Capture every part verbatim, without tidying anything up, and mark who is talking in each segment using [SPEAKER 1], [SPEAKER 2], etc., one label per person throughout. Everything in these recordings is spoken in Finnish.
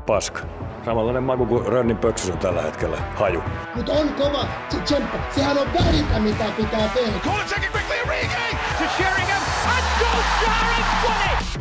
[SPEAKER 1] paska. Samanlainen maku kuin Rönnin pöksys on tällä hetkellä. Haju.
[SPEAKER 2] Mut on kova. Se tsemppa. Sehän on vähintä, mitä pitää tehdä.
[SPEAKER 3] Kulusevski quickly Origi to Sheringham and Solskjaer has won it!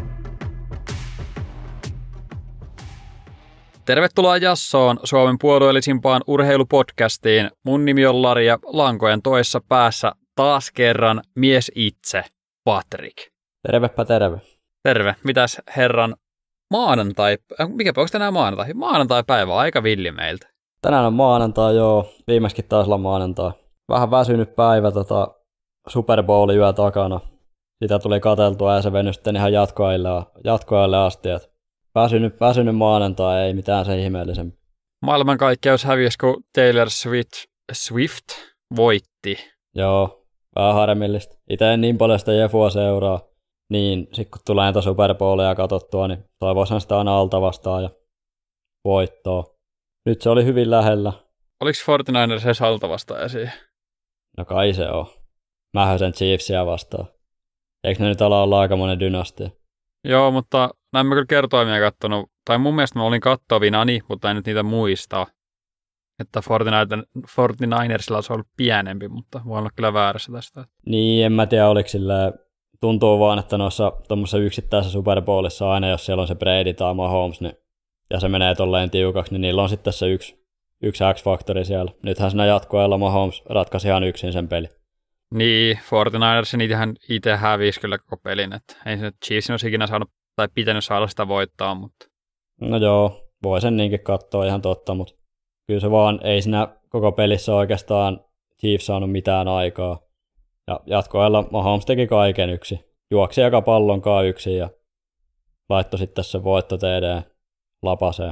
[SPEAKER 4] Tervetuloa Jassoon, Suomen puolueellisimpaan urheilupodcastiin. Mun nimi on Lari ja lankojen toissa päässä taas kerran mies itse, Patrick.
[SPEAKER 5] Tervepä terve.
[SPEAKER 4] Terve. Mitäs herran maanantai, mikä onko tänään maanantai? Maanantai-päivä, aika villi meiltä.
[SPEAKER 5] Tänään on maanantai, joo. Viimeiskin taas olla maanantai. Vähän väsynyt päivä tota Super Bowl yö takana. Sitä tuli katseltua ja se venyi sitten ihan jatkoajalle, jatkoajalle asti. Et väsynyt, väsynyt maanantai, ei mitään sen ihmeellisempi.
[SPEAKER 4] Maailmankaikkeus hävisi, kun Taylor Swift, Swift voitti.
[SPEAKER 5] Joo, vähän harmillista. Itse en niin paljon sitä Jefua seuraa. Niin, sit kun tulee näitä Super Bowlia katsottua, niin toivoisin sitä aina alta vastaan ja voittoa. Nyt se oli hyvin lähellä.
[SPEAKER 4] Oliko forty-niners edes alta vastaan siihen?
[SPEAKER 5] No kai se on. Mähän sen Chiefsia vastaan. Eikö ne nyt ala olla aikamoinen dynastia?
[SPEAKER 4] Joo, mutta näin mä kyllä kertoimia kattonut. Tai mun mielestä mä olin kattovinani, mutta en nyt niitä muista. Että forty-ninersilla olisi ollut pienempi, mutta voi olla kyllä väärässä tästä.
[SPEAKER 5] Niin, en mä tiedä, oliko silleen. Tuntuu vaan, että noissa tuommoisessa yksittäisessä Super Bowlissa aina, jos siellä on se Brady tai Mahomes, niin, ja se menee tolleen tiukaksi, niin niillä on sitten se yksi, yksi X-faktori siellä. Nythän siinä jatkoajalla Mahomes ratkaisi ihan yksin sen peli.
[SPEAKER 4] Niin, forty-niners niitähän itse hävisi kyllä koko pelin, että ei se Chiefsin olisi ikinä saanut tai pitänyt saada sitä voittaa, mutta...
[SPEAKER 5] No joo, voi sen niinkin katsoa, ihan totta, mutta kyllä se vaan ei siinä koko pelissä oikeastaan Chiefs saanut mitään aikaa. Ja jatkoajalla Mahomes teki kaiken yksi. Juoksi joka pallonkaan yksin ja laittoi sitten se voitto T D lapaseen.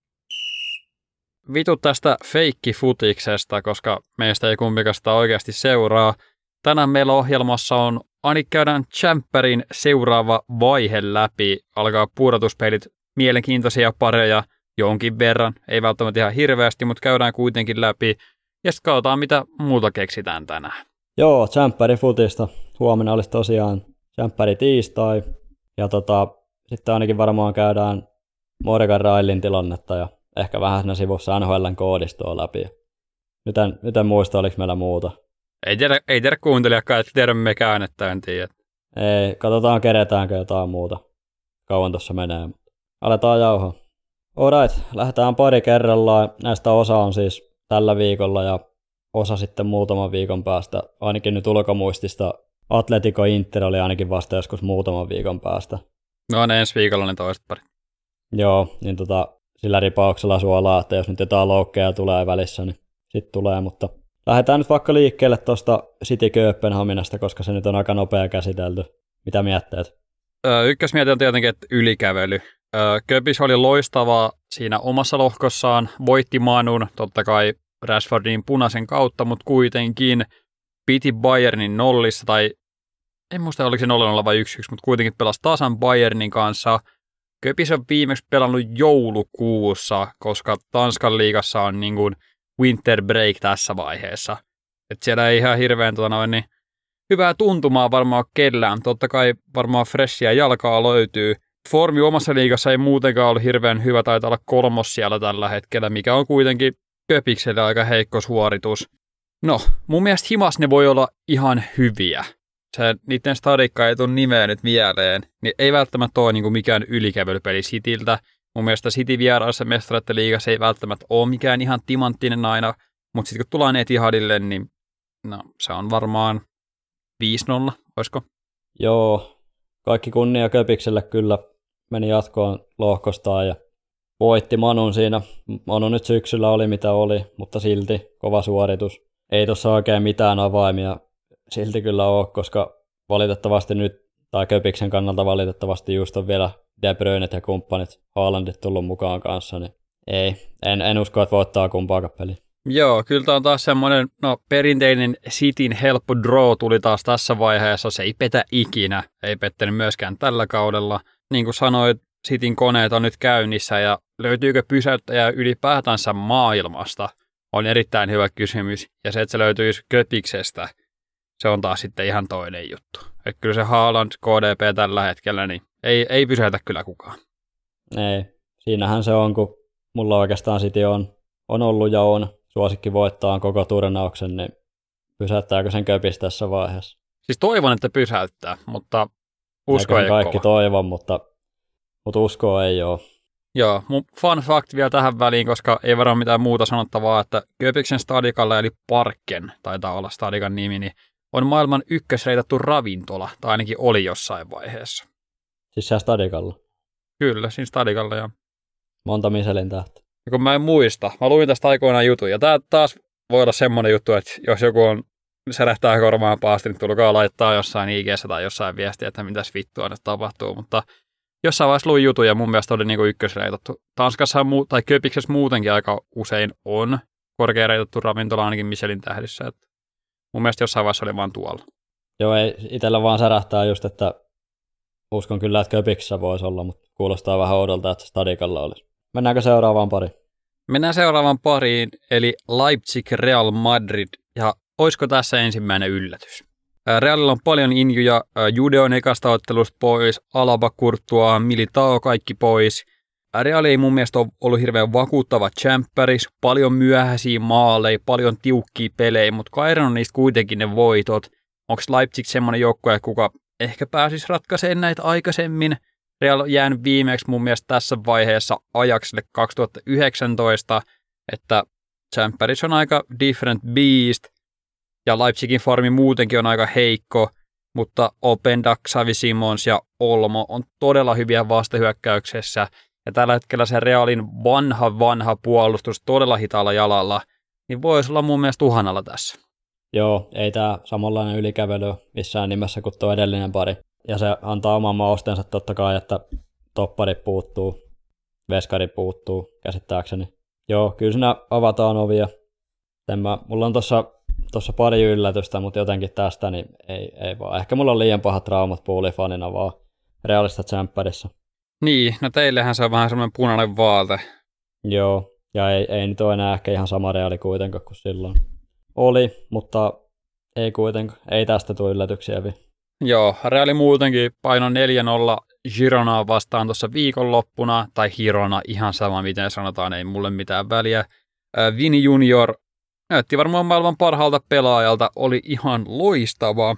[SPEAKER 4] Vitu tästä feikki-futiksesta, koska meistä ei kumpikaan sitä oikeasti seuraa. Tänään meillä ohjelmassa on ainakin käydään Champerin seuraava vaihe läpi. Alkaa pudotuspelit, mielenkiintoisia pareja jonkin verran. Ei välttämättä ihan hirveästi, mutta käydään kuitenkin läpi. Ja sitten katsotaan, mitä muuta keksitään tänään.
[SPEAKER 5] Joo, Champerin futista. Huomenna olisi tosiaan Champeri tiistai. Ja tota, sitten ainakin varmaan käydään Morgan Railin tilannetta ja ehkä vähän siinä sivussa N H L:n koodistoa läpi. Nyt en, nyt en muista, oliko meillä muuta.
[SPEAKER 4] Ei tiedä, ei tiedä kuuntelijakaan, että tiedä mekään, että en tiedä.
[SPEAKER 5] Ei, katsotaan keretäänkö jotain muuta. Kauan tuossa menee. Aletaan jauhaa. Alright, lähdetään pari kerrallaan. Näistä osa on siis tällä viikolla ja osa sitten muutaman viikon päästä. Ainakin nyt ulkomuistista Atletico Inter oli ainakin vasta joskus muutaman viikon päästä.
[SPEAKER 4] No ne ensi viikolla ne toiset pari.
[SPEAKER 5] Joo, niin tota, sillä ripauksella suolaa, että jos nyt jotain loukkeja tulee välissä, niin sitten tulee. Mutta lähdetään nyt vaikka liikkeelle tuosta City Kööpenhaminasta, koska se nyt on aika nopea käsitelty. Mitä mietteet?
[SPEAKER 4] Öö, ykkösmieti on tietenkin, että ylikävely. Öö, Köpis oli loistavaa siinä omassa lohkossaan, voitti Manun, totta kai Rashfordin punaisen kautta, mutta kuitenkin piti Bayernin nollissa, tai en muista oliko se nolla nolla vai yksi yksi, mutta kuitenkin pelasi tasan Bayernin kanssa. Köpis on viimeksi pelannut joulukuussa, koska Tanskan liigassa on niin kuin winter break tässä vaiheessa. Et siellä ei ihan hirveän tota noin, niin hyvää tuntumaa varmaan kellään. Totta kai varmaan freshia jalkaa löytyy. Formi omassa liigassa ei muutenkaan ollut hirveän hyvä, taitaa olla kolmos siellä tällä hetkellä, mikä on kuitenkin Köpikselle aika heikko suoritus. No, mun mielestä himas ne voi olla ihan hyviä. Se, niiden stadikka ei tule nimeä nyt mieleen, niin ei välttämättä ole niin mikään ylikävelypeli Cityltä. Mun mielestä City vieraassa mestareiden liigassa ei välttämättä ole mikään ihan timanttinen aina, mutta sitten kun tullaan Etihadille, niin no, se on varmaan viisi nolla, olisiko?
[SPEAKER 5] Joo, kaikki kunnia Köpikselle kyllä meni jatkoon lohkostaan ja voitti Manun siinä. Manu nyt syksyllä oli mitä oli, mutta silti kova suoritus. Ei tuossa oikein mitään avaimia silti kyllä ole, koska valitettavasti nyt, tai Köpiksen kannalta valitettavasti just on vielä De Bruynet ja kumppanit, Haalandit tullut mukaan kanssa, niin ei, en, en usko, että voittaa kumpaakaan peliä.
[SPEAKER 4] Joo, kyllä tämä on taas semmoinen, no perinteinen Cityn helppo draw tuli taas tässä vaiheessa, se ei petä ikinä, ei pettänyt myöskään tällä kaudella. Niin kuin sanoit, Cityn koneet on nyt käynnissä ja löytyykö pysäyttäjää ylipäätänsä maailmasta, on erittäin hyvä kysymys. Ja se, että se löytyisi Köpiksestä, se on taas sitten ihan toinen juttu. Että kyllä se Haaland K D P tällä hetkellä, niin ei, ei pysäytä kyllä kukaan.
[SPEAKER 5] Ei, siinähän se on, kun mulla oikeastaan City on, on ollut ja on suosikki voittaa koko turnauksen, niin pysäyttääkö sen Köpis tässä vaiheessa?
[SPEAKER 4] Siis toivon, että pysäyttää, mutta usko ei
[SPEAKER 5] kaikki
[SPEAKER 4] kova.
[SPEAKER 5] toivon, mutta, mutta uskoa ei ole.
[SPEAKER 4] Joo, mun fun fact vielä tähän väliin, koska ei varmaan mitään muuta sanottavaa, että Köpiksen stadikalla, eli Parken, taitaa olla stadikan nimi, niin on maailman ykkösreitattu ravintola, tai ainakin oli jossain vaiheessa.
[SPEAKER 5] Siis siellä stadikalla?
[SPEAKER 4] Kyllä, siinä stadikalla, joo.
[SPEAKER 5] Monta Michelin tähtä?
[SPEAKER 4] Ja kun mä en muista, mä luin tästä aikoinaan jutun, ja tää taas voi olla semmoinen juttu, että jos joku on särähtää korvaan paasti, niin tulkaa laittaa jossain I G:ssä tai jossain viestiä, että mitäs vittua nyt tapahtuu, mutta jossain vaiheessa luin jutun ja mun mielestä oli niinku ykkösreitattu. Tanskassa muu- tai Köpiksessä muutenkin aika usein on korkeareitattu ravintola ainakin Michelin tähdissä, että mun mielestä jossain vaiheessa oli vaan tuolla.
[SPEAKER 5] Joo, ei itsellä vaan särähtää just, että uskon kyllä, että Köpiksessä voisi olla, mutta kuulostaa vähän oudolta, että se stadikalla olisi. Mennäänkö seuraavaan pariin?
[SPEAKER 4] Mennään seuraavaan pariin, eli Leipzig Real Madrid, ja olisiko tässä ensimmäinen yllätys? Realilla on paljon injuja, Jude on ekasta ottelusta pois, Alaba, Courtois, Militao kaikki pois. Real ei mun mielestä ole ollut hirveän vakuuttava tsemppäris, paljon myöhäisiä maaleja, paljon tiukkia pelejä, mutta Kairan on niistä kuitenkin ne voitot. Onko Leipzig semmoinen joukkue, kuka ehkä pääsisi ratkaisemaan näitä aikaisemmin? Real on jäänyt viimeksi mun mielestä tässä vaiheessa Ajaxille kaksituhattayhdeksäntoista, että tsemppäris on aika different beast, ja Leipzigin formi muutenkin on aika heikko, mutta Openda, Xavi Simons ja Olmo on todella hyviä vastahyökkäyksessä, ja tällä hetkellä se Realin vanha, vanha puolustus todella hitaalla jalalla, niin voisi olla mun mielestä uhanalla tässä.
[SPEAKER 5] Joo, ei tämä samanlainen ylikävely missään nimessä kuin tuo edellinen pari. Ja se antaa oman maustensa totta kai, että toppari puuttuu, veskari puuttuu käsittääkseni. Joo, kyllä siinä avataan ovia. Mä, mulla on tossa, tossa pari yllätystä, mutta jotenkin tästä niin ei, ei vaan. Ehkä mulla on liian pahat traumat puulifanina vaan Realista tsemppärissä.
[SPEAKER 4] Niin, no teillehän se on vähän semmoinen punainen vaate.
[SPEAKER 5] Joo, ja ei, ei nyt ole enää ehkä ihan sama Reali kuitenkaan kuin silloin oli, mutta ei kuitenkaan. Ei tästä tule yllätyksiä vielä.
[SPEAKER 4] Joo, Reali muutenkin paino neljä nolla Gironaa vastaan tuossa viikonloppuna, tai Girona, ihan sama miten sanotaan, ei mulle mitään väliä. Vini Junior näytti varmaan maailman parhaalta pelaajalta, oli ihan loistava.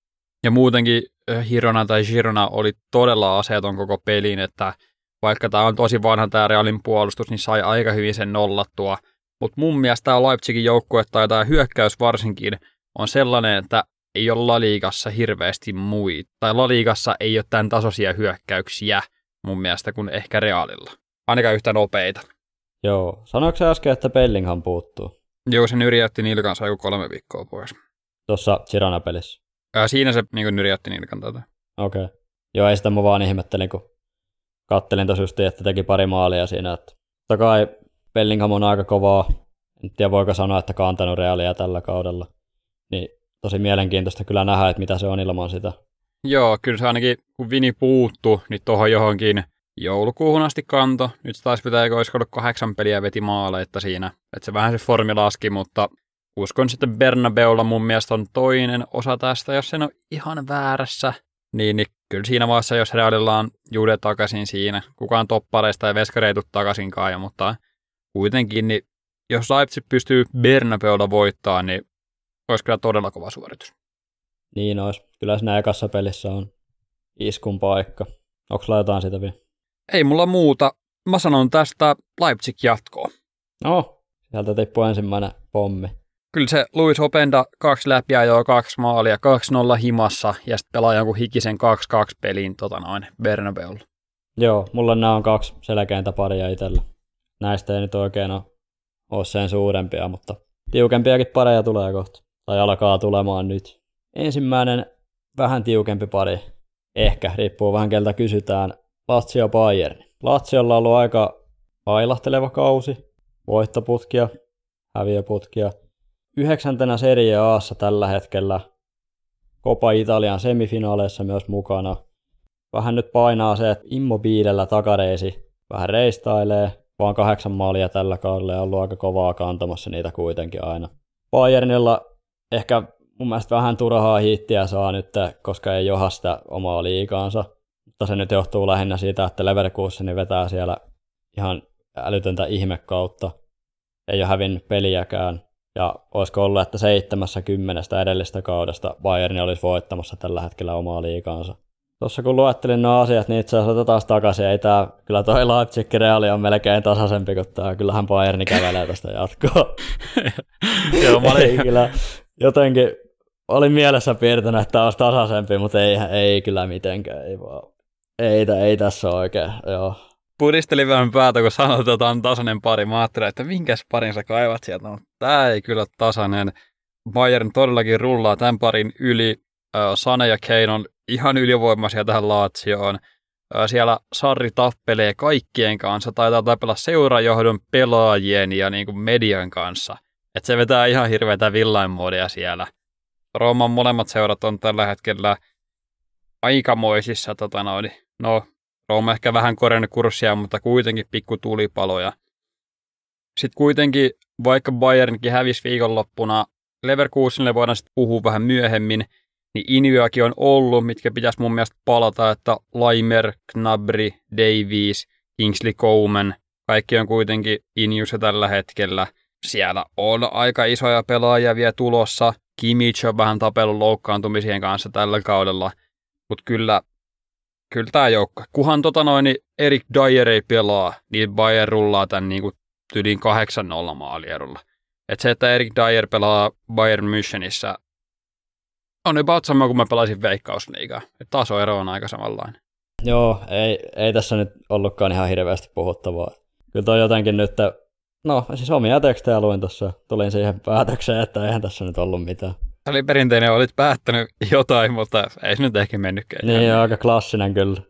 [SPEAKER 4] Ja muutenkin Girona tai Girona oli todella aseeton koko peliin, että vaikka tämä on tosi vanha tämä Realin puolustus, niin sai aika hyvin sen nollattua. Mutta mun mielestä tämä Leipzigin joukkue tai tämä hyökkäys varsinkin on sellainen, että ei ole La Ligassa hirveästi muita. Tai La Ligassa ei ole tämän tasoisia hyökkäyksiä mun mielestä kuin ehkä Realilla. Ainakaan yhtä nopeita.
[SPEAKER 5] Joo. Sanoitko sä äsken, että Bellingham puuttuu?
[SPEAKER 4] Joo, se nyrjäytti nilkansa joku kolme viikkoa pois.
[SPEAKER 5] Tuossa Girona-pelissä?
[SPEAKER 4] Ää, siinä se niin nyrjäytti nilkan tätä.
[SPEAKER 5] Okei. Okay. Joo, ei sitä mä vaan ihmettelin, kun kattelin tossa just, että teki pari maalia siinä. Että totta kai Bellingham on aika kovaa. En tiedä voiko sanoa, että kantanut Realia tällä kaudella. Niin tosi mielenkiintoista kyllä nähdä, että mitä se on ilman sitä. Joo,
[SPEAKER 4] kyllä se ainakin, kun Vini puuttu, niin tuohon johonkin joulukuuhun asti kanto. Nyt se taisi pitää, olisiko ollut kahdeksan peliä veti maaleita siinä. Että se vähän se formi laski, mutta uskon sitten Bernabeulla mun mielestä on toinen osa tästä, jos sen on ihan väärässä. Niin, niin kyllä siinä vaiheessa, jos Realilla on Jude takaisin siinä, kukaan toppareista ja veskareitu takaisinkaan, mutta kuitenkin, niin jos Leipzig pystyy Bernabeulla voittaa, niin olisi kyllä todella kova suoritus.
[SPEAKER 5] Niin olisi. Kyllä siinä ekassa pelissä on iskun paikka. Onko sulla jotain sitä vielä?
[SPEAKER 4] Ei mulla muuta. Mä sanon tästä Leipzig jatkoa.
[SPEAKER 5] No, sieltä tippui ensimmäinen pommi.
[SPEAKER 4] Kyllä se Luis Openda kaksi läpiajoa, kaksi maalia, kaksi nolla himassa ja sitten pelaa jonkun hikisen kaksi kaksi peliin tota noin Bernabeulla.
[SPEAKER 5] Joo, mulla nämä on kaksi selkeintä paria itsellä. Näistä ei nyt oikein ole, ole sen suurempia, mutta tiukempiakin pareja tulee kohta. Tai alkaa tulemaan nyt. Ensimmäinen vähän tiukempi pari. Ehkä, riippuu vähän keltä kysytään. Lazio Bayern. Laziolla on ollut aika ailahteleva kausi. Voittoputkia, häviöputkia. Yhdeksäntenä Serie A:ssa tällä hetkellä. Coppa Italian semifinaaleissa myös mukana. Vähän nyt painaa se, että Immobilellä takareisi vähän reistailee. Vaan kahdeksan maalia tällä kaudella ja ollut aika kovaa kantamassa niitä kuitenkin aina. Bayernilla ehkä mun mielestä vähän turhaa hiittiä saa nyt, koska ei joha sitä omaa liikaansa. Mutta se nyt johtuu lähinnä siitä, että Leverkusen vetää siellä ihan älytöntä ihmekautta. Ei ole hävinnyt peliäkään. Ja olisiko ollut, että seitsemässä kymmenestä edellisestä kaudesta Bayern olisi voittamassa tällä hetkellä omaa liigaansa. Tuossa kun luettelin nuo asiat, niin itse asiassa otetaan takaisin. Ei tää, kyllä toi Leipzig Reali on melkein tasaisempi kuin tää. Kyllähän Bayern kävelee tästä jatkoa.
[SPEAKER 4] Joo, mä olin...
[SPEAKER 5] ei, kyllä, jotenkin olin mielessä piirtänyt, että tää olisi tasaisempi, mutta ei, ei kyllä mitenkään. Ei, vaan. Ei, ei tässä ole oikein. Joo.
[SPEAKER 4] Pudistelin vähän päätä, kun sanoit, että on tasainen pari. Mä ajattelin, että minkäs parin sä kaivat sieltä. No, tää ei kyllä ole tasainen. Bayern todellakin rullaa tämän parin yli. Sane ja Kane on ihan ylivoimaisia tähän Lazioon. Siellä Sarri tappelee kaikkien kanssa, taitaa tapella seurajohdon, pelaajien ja niin kuin median kanssa. Et se vetää ihan hirveätä villainmoodia siellä. Rooman molemmat seurat on tällä hetkellä aikamoisissa, tota noin, no Rooma ehkä vähän korjannut kurssia, mutta kuitenkin pikku tulipaloja. Sitten kuitenkin, vaikka Bayernkin hävisi viikonloppuna, Leverkusenille voidaan sitten puhua vähän myöhemmin, niin Injuakin on ollut, mitkä pitäisi mun mielestä palata, että Laimer, Gnabry, Davies, Kingsley Coman, kaikki on kuitenkin Injussa tällä hetkellä. Siellä on aika isoja pelaajia vielä tulossa. Kimmich on vähän tapellut loukkaantumisien kanssa tällä kaudella, mutta kyllä, kyllä tämä joukko. Kuhan tota noin, niin Erik Dyer ei pelaa, niin Bayern rullaa tämän niin kuin tyliin kahdeksan nolla maalierolla. Et se, että Erik Dyer pelaa Bayern Münchenissä, on about sama kuin mä pelasin Veikkausliigaa. Tasoero on aika samanlainen.
[SPEAKER 5] Joo, ei, ei tässä nyt ollutkaan ihan hirveästi puhuttavaa. Kyllä toi jotenkin nyt, no siis omia tekstejä luin tuossa, tulin siihen päätökseen, että eihän tässä nyt ollut mitään.
[SPEAKER 4] Tämä oli perinteinen, olit päättänyt jotain, mutta ei se nyt ehkä mennytkään.
[SPEAKER 5] Niin, aika klassinen kyllä.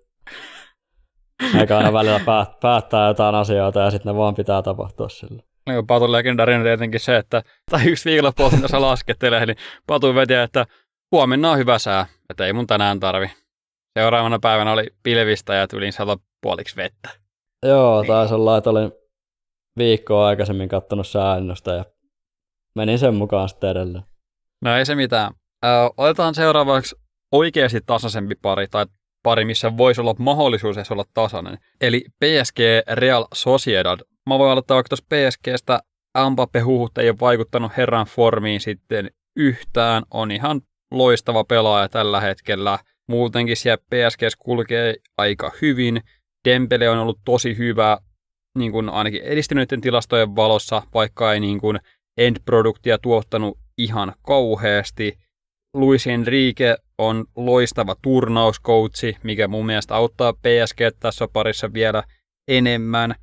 [SPEAKER 5] Eikä aina välillä päät, päättää jotain asioita ja sitten ne vaan pitää tapahtua sillä.
[SPEAKER 4] No, Patun legendaarinen tietenkin se, että tai yksi viikonloppu tuossa laskettelee, niin Patu veti, että huomenna on hyvä sää, että ei mun tänään tarvi. Seuraavana päivänä oli pilvistä ja tulin sata puoliksi vettä.
[SPEAKER 5] Joo, taisi olla, että olin viikkoa aikaisemmin katsonut säännöstä ja menin sen mukaan sitten edelleen.
[SPEAKER 4] No ei se mitään. Ö, otetaan seuraavaksi oikeasti tasaisempi pari, tai pari, missä voisi olla mahdollisuus edes olla tasainen. Eli P S G Real Sociedad. Mä voin aloittaa vaikka tuossa P S G:stä. Mbappé-huhut ei ole vaikuttanut herran formiin sitten yhtään. On ihan loistava pelaaja tällä hetkellä. Muutenkin siellä P S G:ssä kulkee aika hyvin. Dembele on ollut tosi hyvä, niin kuin ainakin edistyneiden tilastojen valossa, vaikka ei niin kuin end-produktia tuottanut ihan kauheasti. Luis Enrique on loistava turnauskoutsi, mikä mun mielestä auttaa P S G tässä parissa vielä enemmän.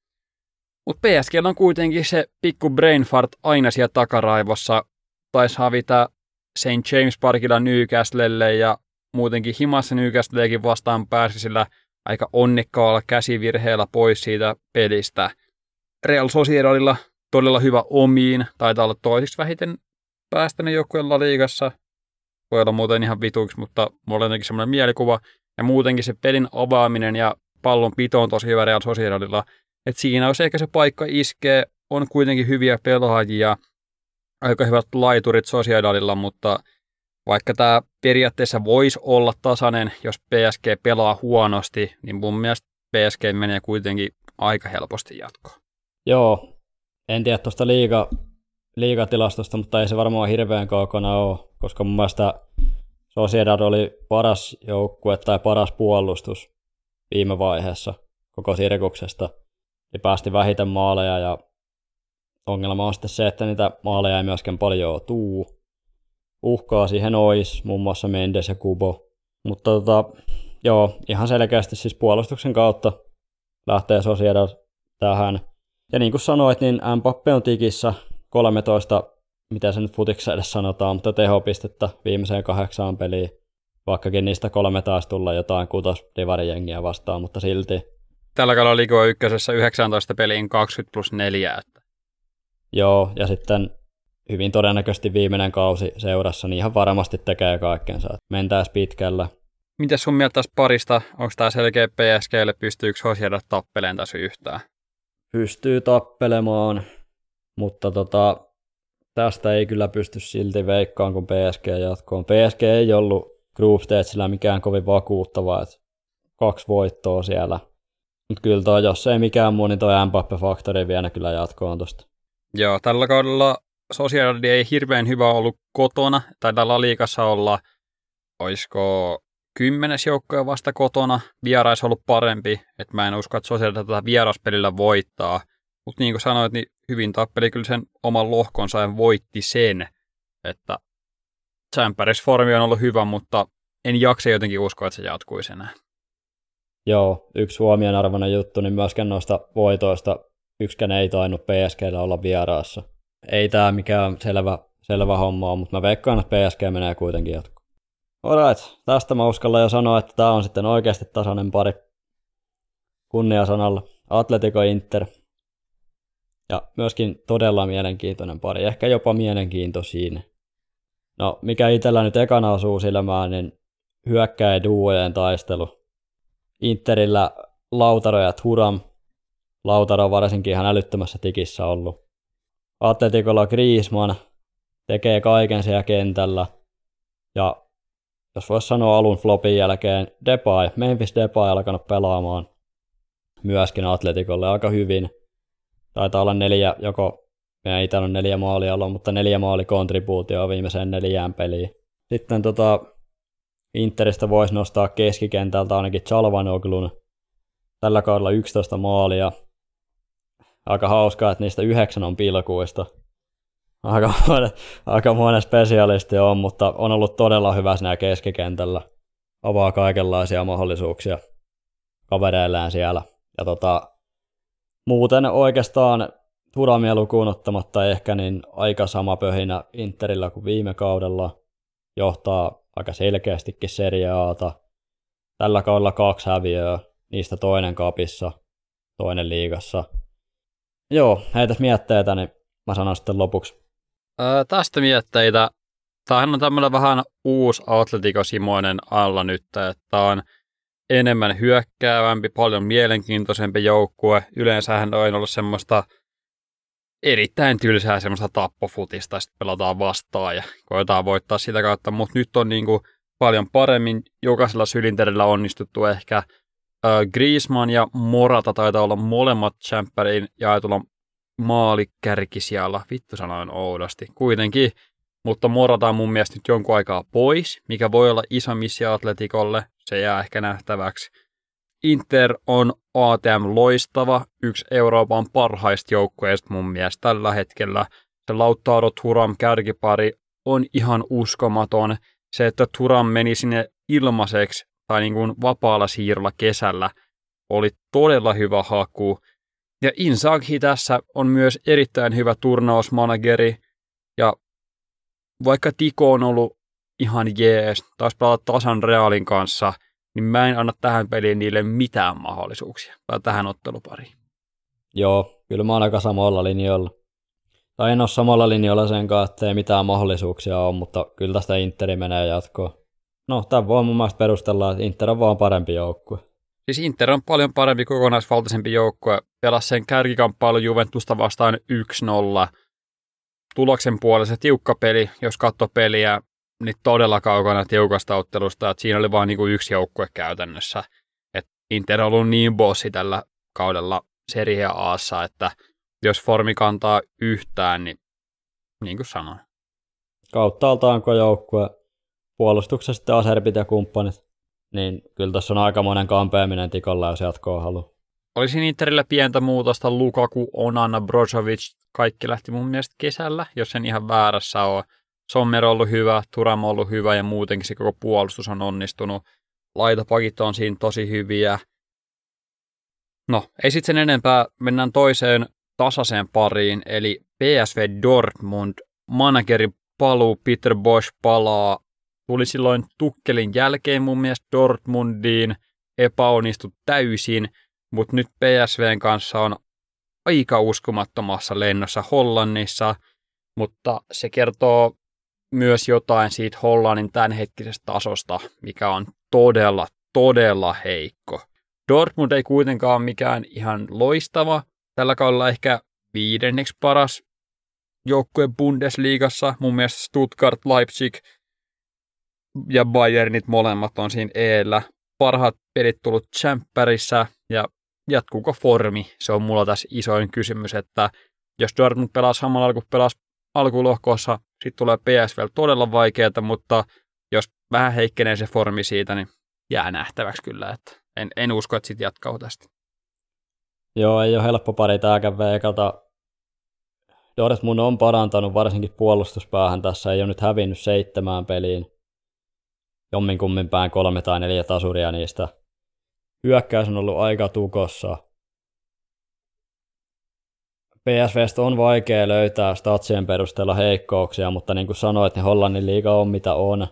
[SPEAKER 4] Mutta P S G on kuitenkin se pikku brain fart aina siellä takaraivossa. Taisi havita Saint James Parkilla Newcastlelle ja muutenkin himassa Newcastlekin vastaan pääsi sillä aika onnekkaalla käsivirheellä pois siitä pelistä. Real Sociedadilla todella hyvä omiin, taitaa olla toisiksi vähiten päästänyt joukkueen La Ligassa. Voi olla muuten ihan vituiksi, mutta mulla on jotenkin semmoinen mielikuva. Ja muutenkin se pelin avaaminen ja pallon pito on tosi hyvä Real Sociedadilla. Et siinä olisi ehkä se paikka iskee, on kuitenkin hyviä pelaajia, aika hyvät laiturit Sociedadilla, mutta vaikka tämä periaatteessa voisi olla tasainen, jos P S G pelaa huonosti, niin mun mielestä P S G menee kuitenkin aika helposti jatkoon.
[SPEAKER 5] Joo, en tiedä tuosta liiga, liigatilastosta, mutta ei se varmaan hirveän kaukana ole, koska mun mielestä Sociedad oli paras joukkue tai paras puolustus viime vaiheessa koko sirkuksesta. Ja päästi vähiten maaleja ja ongelma on sitten se, että niitä maaleja ei myöskään paljon tuu. Uhkaa siihen ois, muun muassa Mendes ja Kubo. Mutta tota, joo, ihan selkeästi siis puolustuksen kautta lähtee Sociedad tähän. Ja niin kuin sanoit, niin Mbappé on tikissä kolmetoista, mitä se nyt futiksessa edes sanotaan, mutta tehopistettä viimeiseen kahdeksaan peliin. Vaikkakin niistä kolme taas tulla jotain kutos divarijengiä vastaan, mutta silti.
[SPEAKER 4] Tällä kaudella Ligue ykkösessä yhdeksäntoista peliin kaksikymmentä plus neljä. Että.
[SPEAKER 5] Joo, ja sitten hyvin todennäköisesti viimeinen kausi seurassa, niin ihan varmasti tekee kaikkensa. Mentäis pitkällä.
[SPEAKER 4] Mitäs sun mieltä tästä parista? Onko tämä selkeä P S G:lle? Pystyykö Sociedad tappeleen tässä yhtään?
[SPEAKER 5] Pystyy tappelemaan, mutta tota, tästä ei kyllä pysty silti veikkaan, kun P S G jatkoon. P S G ei ollut group stagella mikään kovin vakuuttava, että kaksi voittoa siellä. Mutta kyllä toi, jos ei mikään muu, niin toi Mbappe-faktori vielä kyllä jatkoon tosta.
[SPEAKER 4] Joo, tällä kaudella Sociedad ei hirveän hyvä ollut kotona. Taitaa La Ligassa olla, olisiko kymmenes joukkoja vasta kotona. Vierais ollut parempi, että mä en usko, että Sociedad tätä vieraspelillä voittaa. Mutta niin kuin sanoit, niin hyvin tappeli kyllä sen oman lohkonsa ja voitti sen, että Champeris formi on ollut hyvä, mutta en jaksa jotenkin uskoa, että se jatkuisi enää.
[SPEAKER 5] Joo, yksi huomionarvoinen juttu, niin myöskään noista voitoista yksikään ei tainnut P S G:llä olla vieraassa. Ei tää mikään selvä, selvä homma on, mutta mä veikkaan, että P S G menee kuitenkin jatkoon. Alright, tästä mä uskallan jo sanoa, että tää on sitten oikeasti tasainen pari kunniasanalla. Atletico Inter. Ja myöskin todella mielenkiintoinen pari, ehkä jopa mielenkiintoisin. No, mikä itsellä nyt ekana osuu silmään, niin hyökkäjä duojen taistelu. Interillä Lautaro ja Thuram. Lautaro varsinkin ihan älyttömässä tikissä ollut. Atleticolla Griezmann tekee kaiken siellä kentällä. Ja jos voisi sanoa alun flopin jälkeen, Depay, Memphis Depay alkanut pelaamaan myöskin Atleticolle aika hyvin. Taitaa olla neljä, joko meidän ei tainnut neljä maalia olla, mutta neljä maali kontribuutioa viimeiseen neljään peliin. Sitten tota, Interistä voisi nostaa keskikentältä ainakin Çalhanoğlu'n. Tällä kaudella yksitoista maalia. Aika hauskaa, että niistä yhdeksän on pilkuista. Aika monen, aika monen spesialisti on, mutta on ollut todella hyvä siinä keskikentällä. Avaa kaikenlaisia mahdollisuuksia kavereilleen siellä. Ja tota, muuten oikeastaan Thuramia lukuun ottamatta ehkä niin aika sama pöhinä Interillä kuin viime kaudella. Johtaa aika selkeästikin Serie A:ta. Tällä kaudella kaksi häviöä, niistä toinen kapissa, toinen liigassa. Joo, heitäs mietteitä, niin mä sanon sitten lopuksi.
[SPEAKER 4] Öö, tästä mietteitä. Tämähän on tämmöinen vähän uusi Atletico Simonen alla nyt, että on enemmän hyökkäävämpi, paljon mielenkiintoisempi joukkue. Yleensähän on ollut semmoista erittäin tylsää semmoista tappofutista, sitten pelataan vastaan ja koetaan voittaa sitä kautta, mutta nyt on niinku paljon paremmin jokaisella sylinterillä onnistuttu ehkä. Äh, Griezmann ja Morata taitaa olla molemmat Champerin jaetulla maalikärkisijalla. Vittu sanoin oudosti. Kuitenkin, mutta Morata on mun mielestä nyt jonkun aikaa pois, mikä voi olla iso missio Atleticolle. Se jää ehkä nähtäväksi. Inter on A T M loistava, yksi Euroopan parhaista joukkueista mun mielestä tällä hetkellä. Se Lautaro Thuram kärkipari on ihan uskomaton. Se, että Thuram meni sinne ilmaiseksi tai niin kuin vapaalla siirrolla kesällä, oli todella hyvä haku. Ja Inzaghi tässä on myös erittäin hyvä turnausmanageri. Ja vaikka Tiko on ollut ihan jees, taas pelata tasan Realin kanssa, niin mä en anna tähän peliin niille mitään mahdollisuuksia, tai tähän ottelupariin.
[SPEAKER 5] Joo, kyllä mä oon aika samalla linjoilla. Tai en ole samalla linjoilla sen kanssa, että ei mitään mahdollisuuksia ole, mutta kyllä tästä Interi menee jatkoon. No, tämän voi mun mielestä perustella, että Inter on vaan parempi joukkue.
[SPEAKER 4] Siis Inter on paljon parempi kokonaisvaltaisempi joukkue. Pelasi sen kärkikamppailu Juventusta vastaan yksi nolla. Tuloksen puolella se tiukka peli, jos katsoo peliä, niin todella kaukana tiukasta ottelusta, että siinä oli vain niin kuin yksi joukkue käytännössä. Et Inter on ollut niin bossi tällä kaudella Serie A:ssa, että jos formi kantaa yhtään, niin niin kuin sanoin.
[SPEAKER 5] Kauttaaltaanko joukkue, puolustuksessa sitten Aserbit ja kumppanit, niin kyllä tässä on aikamoinen kampeaminen Tikolla, jos jatkoa haluaa.
[SPEAKER 4] Olisin Interillä pientä muutosta, Lukaku, Onana, Brozovic, kaikki lähti mun mielestä kesällä, jos en ihan väärässä ole. Sommer on ollut hyvä, Thuram on ollut hyvä ja muutenkin se koko puolustus on onnistunut. Laitapakit on siinä tosi hyviä. No, ei sitten sen enempää. Mennään toiseen tasaiseen pariin, eli P S V Dortmund. Managerin paluu, Peter Bosz palaa. Tuli silloin Tuchelin jälkeen mun mielestä Dortmundiin. Epäonnistui täysin, mutta nyt P S V:n kanssa on aika uskomattomassa lennossa Hollannissa, mutta se kertoo myös jotain siitä Hollannin tämänhetkisestä tasosta, mikä on todella, todella heikko. Dortmund ei kuitenkaan ole mikään ihan loistava. Tällä kaudella ehkä viidenneksi paras joukkue Bundesliigassa. Mun mielestä Stuttgart, Leipzig ja Bayernit molemmat on siinä eellä. Parhaat pelit tullut Champerissa ja jatkuuko formi? Se on mulla tässä isoin kysymys, että jos Dortmund pelaa samalla kuin pelasi alkulohkossa, sitten tulee P S V todella vaikeaa, mutta jos vähän heikkenee se formi siitä, niin jää nähtäväksi kyllä, että en, en usko, että sitten jatkaa tästä.
[SPEAKER 5] Joo, ei ole helppo pari tääkään veikata. Dortmund on parantanut varsinkin puolustuspäähän tässä, ei ole nyt hävinnyt seitsemään peliin. Jomminkummin päin kolme tai neljä tasuria niistä. Hyökkäys on ollut aika tukossa. P S V:stä on vaikea löytää statsien perusteella heikkouksia, mutta niin kuin sanoit, niin Hollannin liiga on mitä on.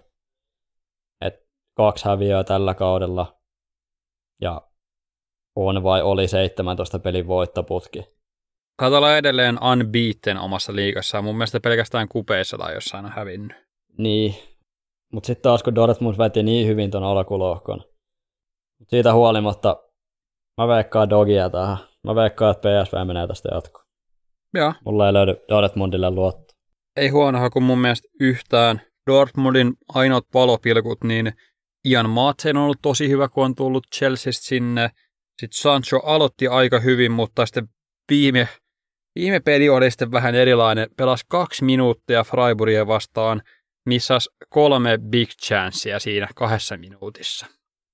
[SPEAKER 5] Et kaksi häviöä tällä kaudella ja on vai oli seitsemäntoista pelin voittoputki.
[SPEAKER 4] Katsotaan edelleen unbeaten omassa liigassa. Mun mielestä pelkästään kupeissa tai jossain on hävinnyt.
[SPEAKER 5] Niin, mutta sitten taas kun Dortmund veti niin hyvin ton alkulohkon. Siitä huolimatta mä veikkaan Dogia tähän. Mä veikkaan, että P S V menee tästä jatkoon.
[SPEAKER 4] Joo.
[SPEAKER 5] Mulla ei löydy Dortmundille luotto.
[SPEAKER 4] Ei huonoa kuin mun mielestä yhtään. Dortmundin ainoat valopilkut, niin Ian Madsen on ollut tosi hyvä, kun on tullut Chelseasta sinne. Sitten Sancho aloitti aika hyvin, mutta sitten viime, viime peli oli sitten vähän erilainen. Pelasi kaksi minuuttia Freiburgia vastaan, missasi kolme big chancea siinä kahdessa minuutissa.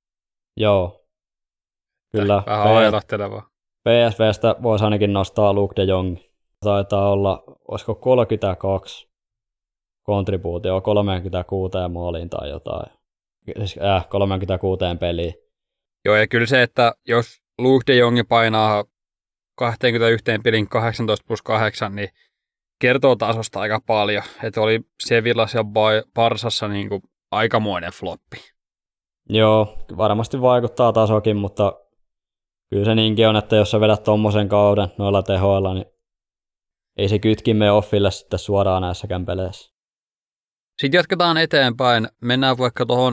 [SPEAKER 5] Joo. Kyllä.
[SPEAKER 4] Vähän ailahtelevaa.
[SPEAKER 5] P S V:stä voisi ainakin nostaa Luke de Jong. Taitaa olla, olisiko kolmekymmentäkaksi kontribuutio kolmekymmentäkuusi maaliin tai jotain. Siis äh, kolmekymmentäkuusi peliin.
[SPEAKER 4] Joo, ja kyllä se, että jos Luke de Jong painaa kaksikymmentäyksi pelin kahdeksantoista plus kahdeksan, niin kertoo tasosta aika paljon. Että oli Sevillassa ja Barsassa niin kuin aikamoinen floppi.
[SPEAKER 5] Joo, varmasti vaikuttaa tasokin, mutta kyllä se niinkin on, että jos sä vedät tommosen kauden noilla tehoilla, niin ei se kytkin mene offille sitten suoraan näissäkään peleissä.
[SPEAKER 4] Sitten jatketaan eteenpäin. Mennään vaikka tuohon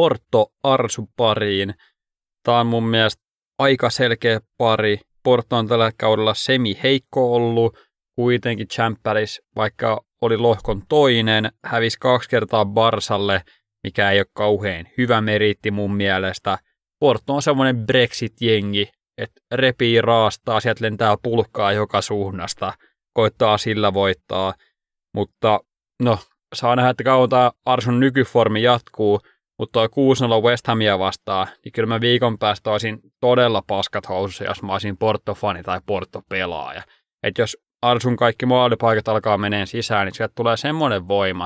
[SPEAKER 4] Porto-Arsu-pariin. Tämä on mun mielestä aika selkeä pari. Porto on tällä kaudella semi-heikko ollut. Kuitenkin Champions, vaikka oli lohkon toinen, hävisi kaksi kertaa Barsalle, mikä ei ole kauhean hyvä meriitti mun mielestä. Porto on semmoinen Brexit-jengi, että repii raastaa, sieltä lentää pulkkaa joka suunnasta, koittaa sillä voittaa. Mutta no, saa nähdä, että kauan tämä Arsun nykyformi jatkuu, mutta tuo kuusi nolla West Hamia vastaan, niin kyllä mä viikon päästä olisin todella paskat housussa, jos mä olisin Porto-fani tai Porto-pelaaja. Että jos Arsun kaikki maalipaikat alkaa meneen sisään, niin sieltä tulee semmoinen voima,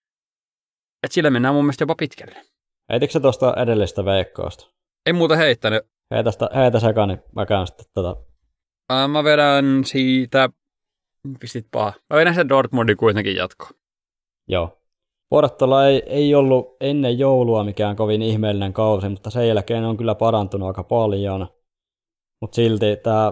[SPEAKER 4] että sillä mennään mun mielestä jopa pitkälle.
[SPEAKER 5] Heitikö sä tuosta edellistä veikkausta?
[SPEAKER 4] En muuta heittänyt.
[SPEAKER 5] Heitä, sitä, heitä sekaan, niin mä käyn sitten tota.
[SPEAKER 4] Ää, mä vedän siitä, pistit paha. Mä vedän sen Dortmundin kuitenkin jatkoon.
[SPEAKER 5] Joo. Portolla ei, ei ollut ennen joulua mikään kovin ihmeellinen kausi, mutta sen jälkeen on kyllä parantunut aika paljon. Mutta silti tämä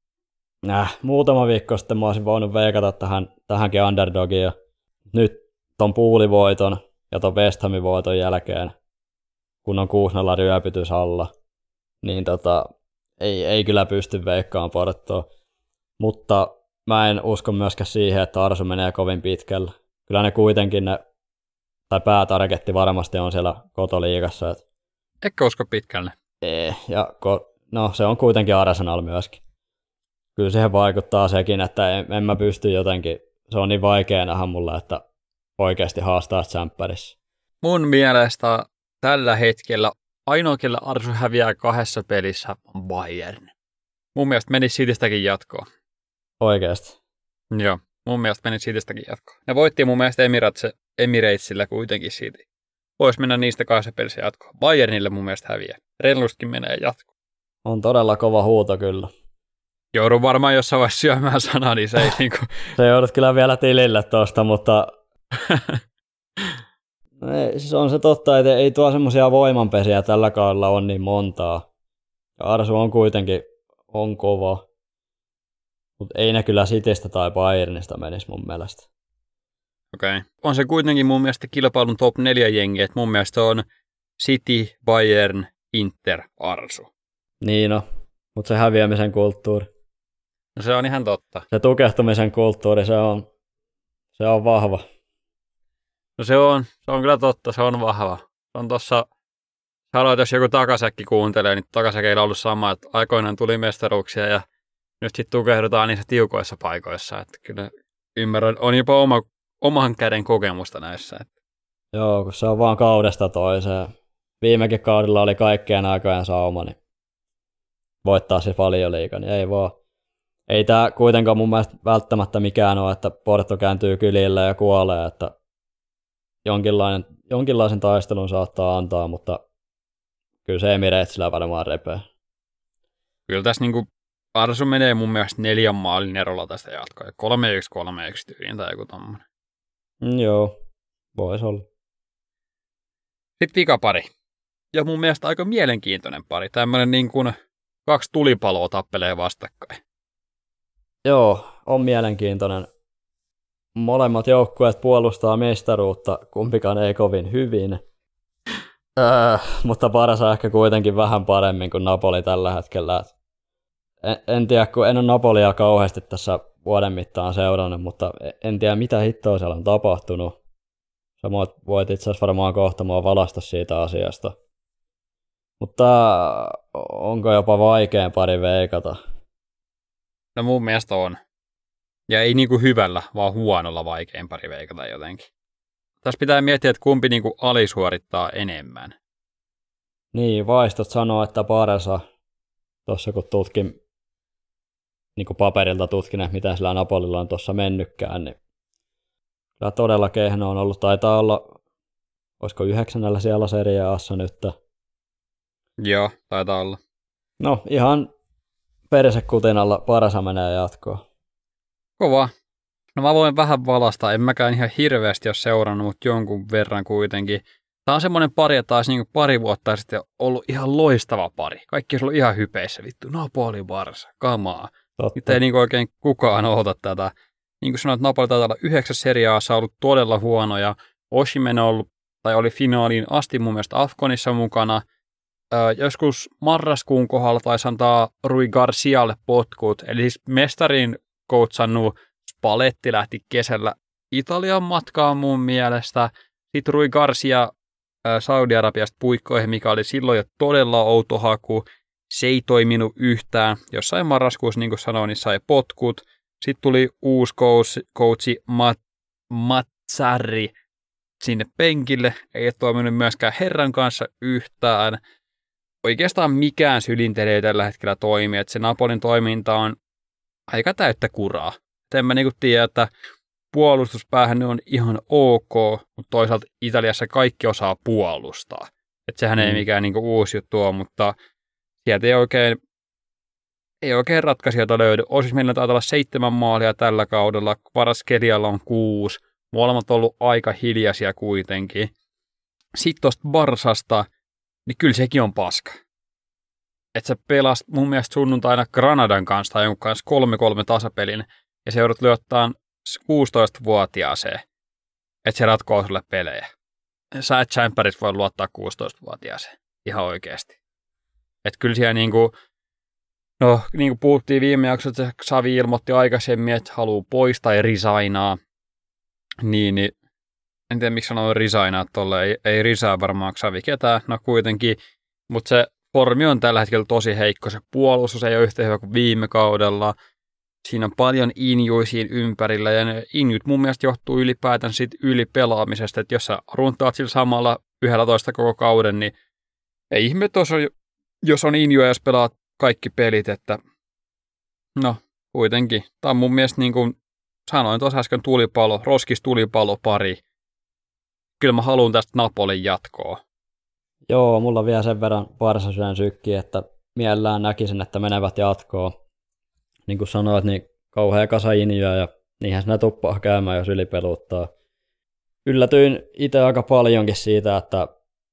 [SPEAKER 5] äh, muutama viikko sitten mä olisin voinut veikata tähän, tähänkin underdogia. Nyt ton puulivoiton ja ton West Hamin voiton jälkeen, kun on kuusi nolla ryöpytys alla, niin tota, ei, ei kyllä pysty veikkaamaan Portoa. Mutta mä en usko myöskään siihen, että Arsu menee kovin pitkälle. Kyllä ne kuitenkin, ne, tai päätargetti varmasti on siellä kotoliigassa. Et,
[SPEAKER 4] Eikö usko pitkälle?
[SPEAKER 5] Ei, ja ko, no se on kuitenkin Arsenal myöskin. Kyllä siihen vaikuttaa sekin, että en, en mä pysty jotenkin, se on niin vaikea nähdä mulle, että oikeasti haastaa Championsissa.
[SPEAKER 4] Mun mielestä tällä hetkellä ainoa, kellä Arsu häviää kahdessa pelissä, on Bayern. Mun mielestä menisi Citystäkin jatkoon.
[SPEAKER 5] Oikeasti?
[SPEAKER 4] Joo, mun mielestä menisi Citystäkin jatkoon. Ne voitti mun mielestä Emiratesilla kuitenkin City. Voisi mennä niistä kahdessa pelissä jatkoon. Bayernille mun mielestä häviää. Renlustkin menee jatkoon.
[SPEAKER 5] On todella kova huuto kyllä.
[SPEAKER 4] Joudun varmaan jossain vaiheessa syömään sanaa, niin se ei niinku...
[SPEAKER 5] Se joudut kyllä vielä tilille tosta, mutta... ei, siis on se totta, että ei tuo semmoisia voimanpesiä tällä kaudella on niin montaa. Ja Arsu on kuitenkin on kova. Mutta ei ne kyllä Citystä tai Bayernista menisi mun mielestä.
[SPEAKER 4] Okei. Okay. On se kuitenkin mun mielestä kilpailun top neljä jengi, että mun mielestä on City, Bayern, Inter, Arsu.
[SPEAKER 5] Niin no, mutta se häviämisen kulttuuri.
[SPEAKER 4] No se on ihan totta.
[SPEAKER 5] Se tukehtumisen kulttuuri, se on, se on vahva.
[SPEAKER 4] No se on, se on kyllä totta, se on vahva. Se on tossa haluat, jos joku takasäkki kuuntelee, niin takasäkeillä on ollut sama, että aikoinaan tuli mestaruuksia ja nyt sitten tukehdutaan niissä tiukoissa paikoissa. Että kyllä ymmärrän, on jopa oma, oman käden kokemusta näissä. Että.
[SPEAKER 5] Joo, kun se on vaan kaudesta toiseen. Viimekin kaudella oli kaikkien aikojen sauma, niin voittaa se Valioliiga, niin ei vaan. Ei tämä kuitenkaan mun mielestä välttämättä mikään ole, että Porto kääntyy kylille ja kuolee, että jonkinlainen, jonkinlaisen taistelun saattaa antaa, mutta kyllä se Emiretsillä varmaan repee.
[SPEAKER 4] Kyllä tässä niinku Arsu menee mun mielestä neljän maalin erolla tästä jatkoa. kolme yksi kolme yksi tyyliin tai joku tommoinen.
[SPEAKER 5] Mm, joo, voisi olla.
[SPEAKER 4] Sitten vikapari. Ja mun mielestä aika mielenkiintoinen pari. Tämmöinen niin kuin kaksi tulipaloa tappelee vastakkain.
[SPEAKER 5] Joo, on mielenkiintoinen. Molemmat joukkueet puolustaa mestaruutta, kumpikaan ei kovin hyvin. Öö, mutta Barça ehkä kuitenkin vähän paremmin kuin Napoli tällä hetkellä. En, en tiedä, kun en ole Napolia kauheasti tässä vuoden mittaan seurannut, mutta en tiedä mitä hittoa siellä on tapahtunut. Samoin voit itse asiassa varmaan kohta mua valasta siitä asiasta. Mutta onko jopa vaikein pari veikata?
[SPEAKER 4] No mun mielestä on. Ja ei niinku hyvällä, vaan huonolla vaikein pari veikata jotenkin. Tässä pitää miettiä, että kumpi niinku alisuorittaa enemmän.
[SPEAKER 5] Niin, vaistot sanoo, että Barça, tuossa kun tutkin, niin kuin paperilta tutkin, että miten sillä Napolilla on tuossa mennytkään, niin kyllä todella kehno on ollut. Taitaa olla, olisiko yhdeksännellä siellä Serie A:ssa nyt.
[SPEAKER 4] Joo, taitaa olla.
[SPEAKER 5] No, ihan persekutinalla Barça menee jatkoon.
[SPEAKER 4] Kova. No mä voin vähän valasta, en mäkään ihan hirveästi ole seurannut, mutta jonkun verran kuitenkin. Tämä on semmoinen pari, että taas niin pari vuotta sitten ollut ihan loistava pari. Kaikki on ollut ihan hypeissä, vittu, Napoli, Barça, kamaa. Totta. Nyt ei niin oikein kukaan oota tätä. Niin kuin sanoit, Napoli taitaa olla yhdeksäs Serie A:ssa ollut todella huono, ja Osimhen on ollut, tai oli finaaliin asti mun mielestä Afconissa mukana. Öö, joskus marraskuun kohdalla taisi antaa Rui Garcialle potkut, eli siis mestarin coachannut Spalletti lähti kesällä Italian matkaan mun mielestä. Sitten Rui Garcia ää, Saudi-Arabiasta puikkoihin, mikä oli silloin jo todella outo haku. Se ei toiminut yhtään. Jossain marraskuussa, niin kuin sanoin, niin sai potkut. Sitten tuli uusi coach, coachi Mat, Mazzarri sinne penkille. Ei toiminut myöskään herran kanssa yhtään. Oikeastaan mikään sylintely ei tällä hetkellä toimi. Että se Napolin toiminta on aika täyttä kuraa. En mä niinku tiedä, että puolustuspäähän ne on ihan ok, mutta toisaalta Italiassa kaikki osaa puolustaa. Että sehän mm. ei mikään niinku uusi juttu ole, mutta sieltä ei oikein, ei oikein ratkaisijoita löydy. Osis meillä taitaa olla seitsemän maalia tällä kaudella, Kvaratskheლიalla on kuusi. Molemmat on ollut aika hiljaisia kuitenkin. Sitten tuosta Barsasta, niin kyllä sekin on paska. Että sä pelasit mun mielestä sunnuntaina Granadan kanssa tai jonkun kanssa kolme kolme tasapelin, ja se joudut lyöttämään kuusitoistavuotiaaseen, että se ratkoo sulle pelejä. Sä et Champerissa voi luottaa kuusitoistavuotiaaseen, ihan oikeasti. Että kyllä siellä niinku, no niin kuin puhuttiin viime jaksossa, että Xavi ilmoitti aikaisemmin, että haluaa poistaa ja resignaa, niin, niin en tiedä miksi sanoo resignaa tolle, ei, ei risaa varmaan Xavi ketään, no kuitenkin, mutta se formi on tällä hetkellä tosi heikko, se puolustus ei ole yhtä hyvä kuin viime kaudella. Siinä on paljon injuisia ympärillä, ja ne injut mun mielestä johtuu ylipäätään siitä ylipelaamisesta, että jos sä runtaat sillä samalla yksitoista koko kauden, niin ei ihme tuossa, jos on injuja, jos pelaat kaikki pelit, että no kuitenkin. Tämä on mun mielestä niin kuin sanoin tuossa äsken tulipalo, roskis tulipalo pari. Kyllä mä haluan tästä Napolin jatkoa.
[SPEAKER 5] Joo, mulla on vielä sen verran Barça sykki, että mielellään näkisin, että menevät jatkoon. Niin kuin sanoit, niin kauhea kasa injoja, ja niinhän sinä tuppaa käymään, jos ylipeluttaa. Yllätyin itse aika paljonkin siitä, että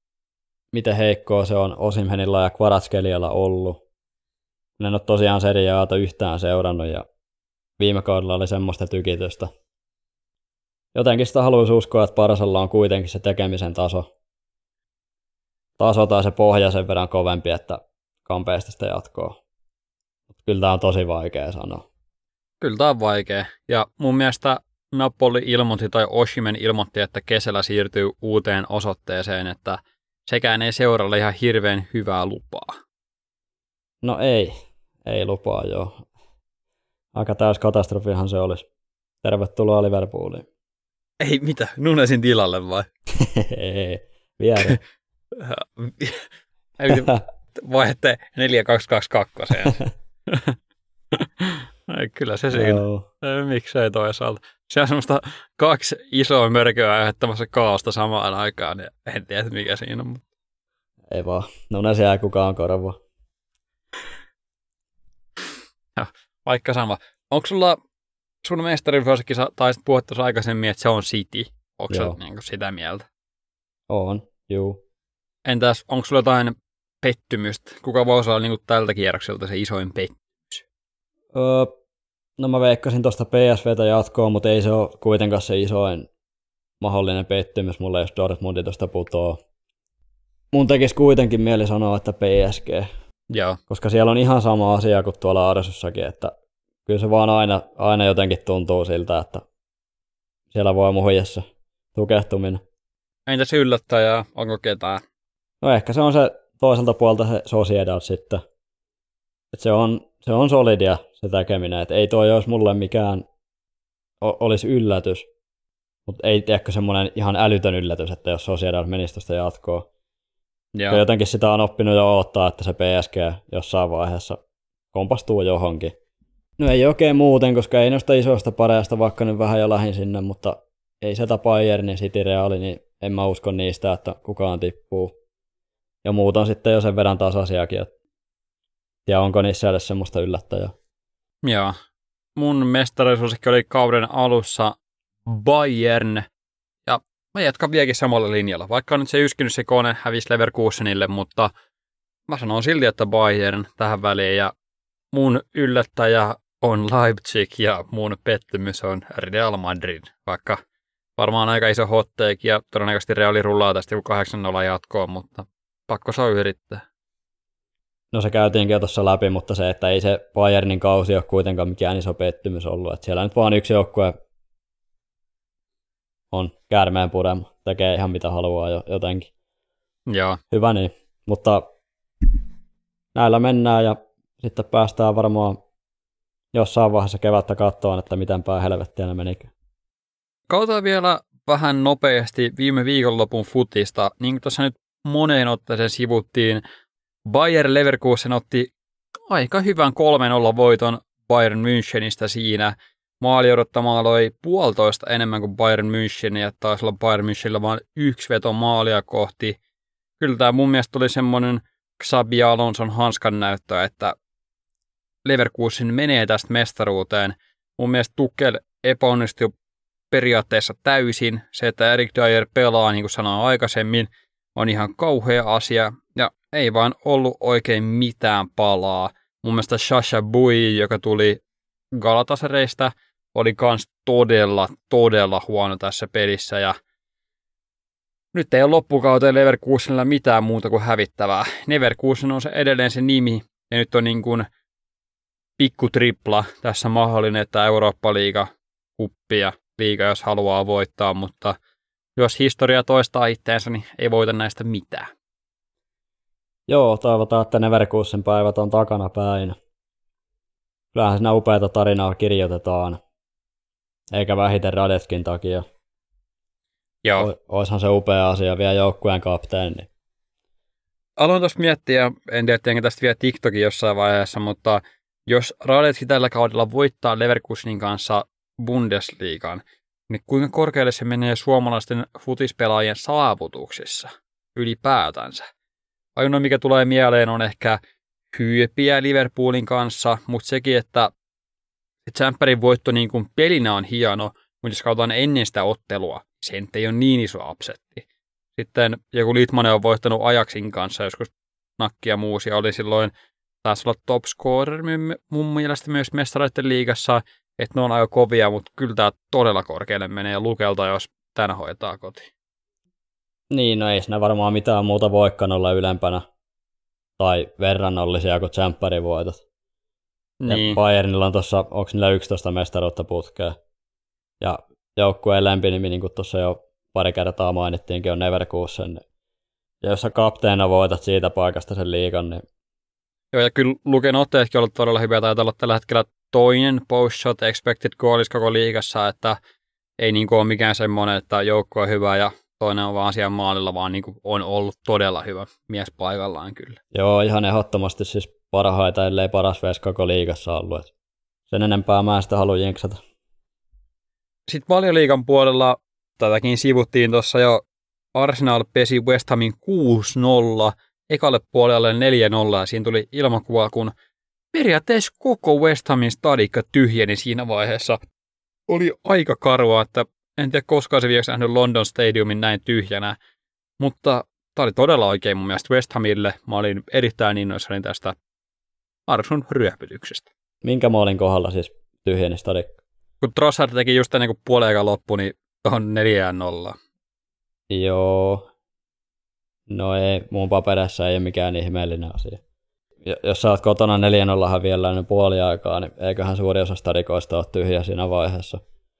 [SPEAKER 5] miten heikkoa se on Osimhenilla ja Kvaratskheლიalla ollut. En ole tosiaan Serie A:ta yhtään seurannut, ja viime kaudella oli semmoista tykitystä. Jotenkin sitä haluaisi uskoa, että Barsalla on kuitenkin se tekemisen taso. Taso tai se pohja sen verran kovempi, että kampeasti sitä jatkoa. Kyllä tämä on tosi vaikea sanoa.
[SPEAKER 4] Kyllä tämä on vaikea. Ja mun mielestä Napoli ilmoitti tai Osimhen ilmoitti, että kesällä siirtyy uuteen osoitteeseen, että sekään ei seuralle ihan hirveän hyvää lupaa.
[SPEAKER 5] No ei, ei lupaa joo. Aika täys katastrofihan se olisi. Tervetuloa Liverpooliin.
[SPEAKER 4] Ei mitä, Nunesin tilalle vai?
[SPEAKER 5] Ei, viereen.
[SPEAKER 4] Vaihette neljä kaksi kaksi kaksi. Kyllä se siinä. No. Miksei toisaalta. Se on semmoista kaksi isoa mörköä aiheuttamassa kaaosta samaan aikaan. Ja en tiedä, mikä siinä on.
[SPEAKER 5] Ei vaan. Nunes jää kukaan korvaa.
[SPEAKER 4] No, vaikka sama. Onko sulla sun mestarisuosikki, taisit puhua tuossa aikaisemmin, että se on City? Onko se niin sitä mieltä?
[SPEAKER 5] On, juu.
[SPEAKER 4] Entäs, onko sulla jotain pettymystä? Kuka voisi olla niin tältä kierrokselta se isoin pettymys?
[SPEAKER 5] Öö, no mä veikkasin tuosta P S V:tä jatkoon, mutta ei se ole kuitenkaan se isoin mahdollinen pettymys mulle, jos Dortmundi tuosta putoo. Mun tekisi kuitenkin mieli sanoa, että P S G.
[SPEAKER 4] Joo.
[SPEAKER 5] Koska siellä on ihan sama asia kuin tuolla Arsussakin, että kyllä se vaan aina, aina jotenkin tuntuu siltä, että siellä voi muhjessa tukehtuminen.
[SPEAKER 4] Entäs yllättäjää? Onko ketään?
[SPEAKER 5] No ehkä se on se toiselta puolta se Sociedad sitten. Et se, on, se on solidia se tekeminen, että ei toi olisi mulle mikään o- olisi yllätys. Mutta ei tiedäkö semmoinen ihan älytön yllätys, että jos Sociedad menisi tuosta jatkoon. Ja jotenkin sitä on oppinut jo odottaa, että se P S G jossain vaiheessa kompastuu johonkin. No ei oikein muuten, koska ei noista isoista pareista, vaikka nyt vähän jo lähin sinne, mutta ei se Bayern, niin City, Real, niin en mä usko niistä, että kukaan tippuu. Ja muut on sitten jo sen verran tasaisiakin, että ja onko niissä edes semmoista yllättäjää.
[SPEAKER 4] Joo. Mun mestarisuosikki oli kauden alussa Bayern. Ja mä jatkan vieläkin samalla linjalla. Vaikka on nyt se yskinyt se kone hävisi Leverkusenille, mutta mä sanon silti, että Bayern tähän väliin. Ja mun yllättäjä on Leipzig ja mun pettymys on Real Madrid. Vaikka varmaan aika iso hot take ja todennäköisesti Reali rullaa tästä kahdeksan nolla jatkoon, mutta pakko saa yrittää.
[SPEAKER 5] No se käytiinkin jo tuossa läpi, mutta se, että ei se Bayernin kausi ole kuitenkaan mikään iso pettymys ollut. Että siellä nyt vaan yksi joukkue on käärmeen purema, tekee ihan mitä haluaa jo, jotenkin.
[SPEAKER 4] Joo.
[SPEAKER 5] Hyvä niin, mutta näillä mennään ja sitten päästään varmaan jossain vaiheessa kevättä katsomaan, että miten päin helvettiä ne menikö.
[SPEAKER 4] Katsotaan vielä vähän nopeasti viime viikonlopun futista. Niin kuin tuossa nyt moneen otteeseen sivuttiin, Bayer Leverkusen otti aika hyvän kolme nolla voiton Bayern Münchenistä siinä. Maali odottamaan oli puolitoista enemmän kuin Bayern München ja taisi olla Bayern Münchenillä vain yksi veto maalia kohti. Kyllä tämä mun mielestä tuli semmoinen Xabi Alonson hanskan näyttö, että Leverkusen menee tästä mestaruuteen. Mun mielestä Tuchel epäonnistui periaatteessa täysin. Se, että Eric Dier pelaa, niin kuin sanoin aikaisemmin, on ihan kauhea asia. Ja ei vaan ollut oikein mitään palaa. Mun mielestä Sasha Bui, joka tuli Galatasaraysta, oli kans todella, todella huono tässä pelissä. Ja nyt ei ole loppukauteen Leverkusenilla mitään muuta kuin hävittävää. Leverkusen on se edelleen se nimi. Ja nyt on niin kuin pikku tripla tässä mahdollinen, että Eurooppa-liiga, kuppi ja liiga, jos haluaa voittaa. Mutta jos historia toistaa itteensä, niin ei voita näistä mitään.
[SPEAKER 5] Joo, toivotaan, että Leverkusen päivät on takana päin. Kyllähän siinä upeata tarinaa kirjoitetaan. Eikä vähiten Radetskin takia.
[SPEAKER 4] Joo.
[SPEAKER 5] O- oishan se upea asia vielä joukkueen kapteeni.
[SPEAKER 4] Aloin tuossa miettiä, en tiedä, tehdäänkö tästä vielä TikTokin jossain vaiheessa, mutta jos Radetski tällä kaudella voittaa Leverkusenin kanssa Bundesliigan, niin kuinka korkealle se menee suomalaisten futispelaajien saavutuksissa ylipäätänsä? Ainoa, mikä tulee mieleen, on ehkä Hyypiä Liverpoolin kanssa, mutta sekin, että Champerin voitto niin kuin pelinä on hieno, mutta jos katsotaan ennen sitä ottelua, se ei ole niin iso upsetti. Sitten joku Litmanen on voittanut Ajaxin kanssa joskus nakkia muusia, oli silloin taisi olla top scorer mun mielestä myös mestareiden liigassa, että ne on aika kovia, mutta kyllä tämä todella korkealle menee Lukelta, jos tän hoitaa kotiin.
[SPEAKER 5] Niin, no ei siinä varmaan mitään muuta voikaan olla ylempänä tai verrannollisia kuin Champerin voitot.
[SPEAKER 4] Niin.
[SPEAKER 5] Ja Bayernilla on tuossa, onko niillä yksitoista mestaruutta putkea. Ja joukkueen lempinimi, niin kuin tuossa jo pari kertaa mainittiinkin, on Leverkusen. Ja jos sä kapteena voitat siitä paikasta sen liigan, niin...
[SPEAKER 4] Joo, ja kyllä Luken otteetkin on ollut todella hyviä. Taitaa olla tällä hetkellä toinen post-shot expected goalis koko liigassa, että ei niin kuin ole mikään semmoinen, että joukko on hyvä ja toinen on vaan asian maalilla, vaan niin kuin on ollut todella hyvä mies paikallaan kyllä.
[SPEAKER 5] Joo, ihan ehdottomasti siis parhaita, ellei paras veska koko liigassa ollut. Et sen enempää mä en sitä halua jinksata.
[SPEAKER 4] Sitten Valioliigan puolella, tätäkin sivuttiin tuossa jo, Arsenal pesi West Hamin kuusi nolla, ekalle puolelle neljä nolla, ja siinä tuli ilmakuva, kun periaatteessa koko West Hamin stadikka tyhjeni siinä vaiheessa. Oli aika karua, että en tiedä koskaan se viimeksi nähnyt London Stadiumin näin tyhjänä, mutta tämä oli todella oikein mun mielestä West Hamille. Mä olin erittäin innoissani tästä Arsun ryöpytyksestä.
[SPEAKER 5] Minkä maalin kohdalla siis tyhjeni stadikka?
[SPEAKER 4] Kun Trossard teki just ennen kuin puolen aikaa loppui, niin on neljä nolla.
[SPEAKER 5] Joo. No ei, mun paperissa ei ole mikään ihmeellinen asia. Jos sä oot kotona neljä nolla häviöllä ennen puoli aikaa, niin eiköhän suuri osa stadikoista ole tyhjä siinä vaiheessa.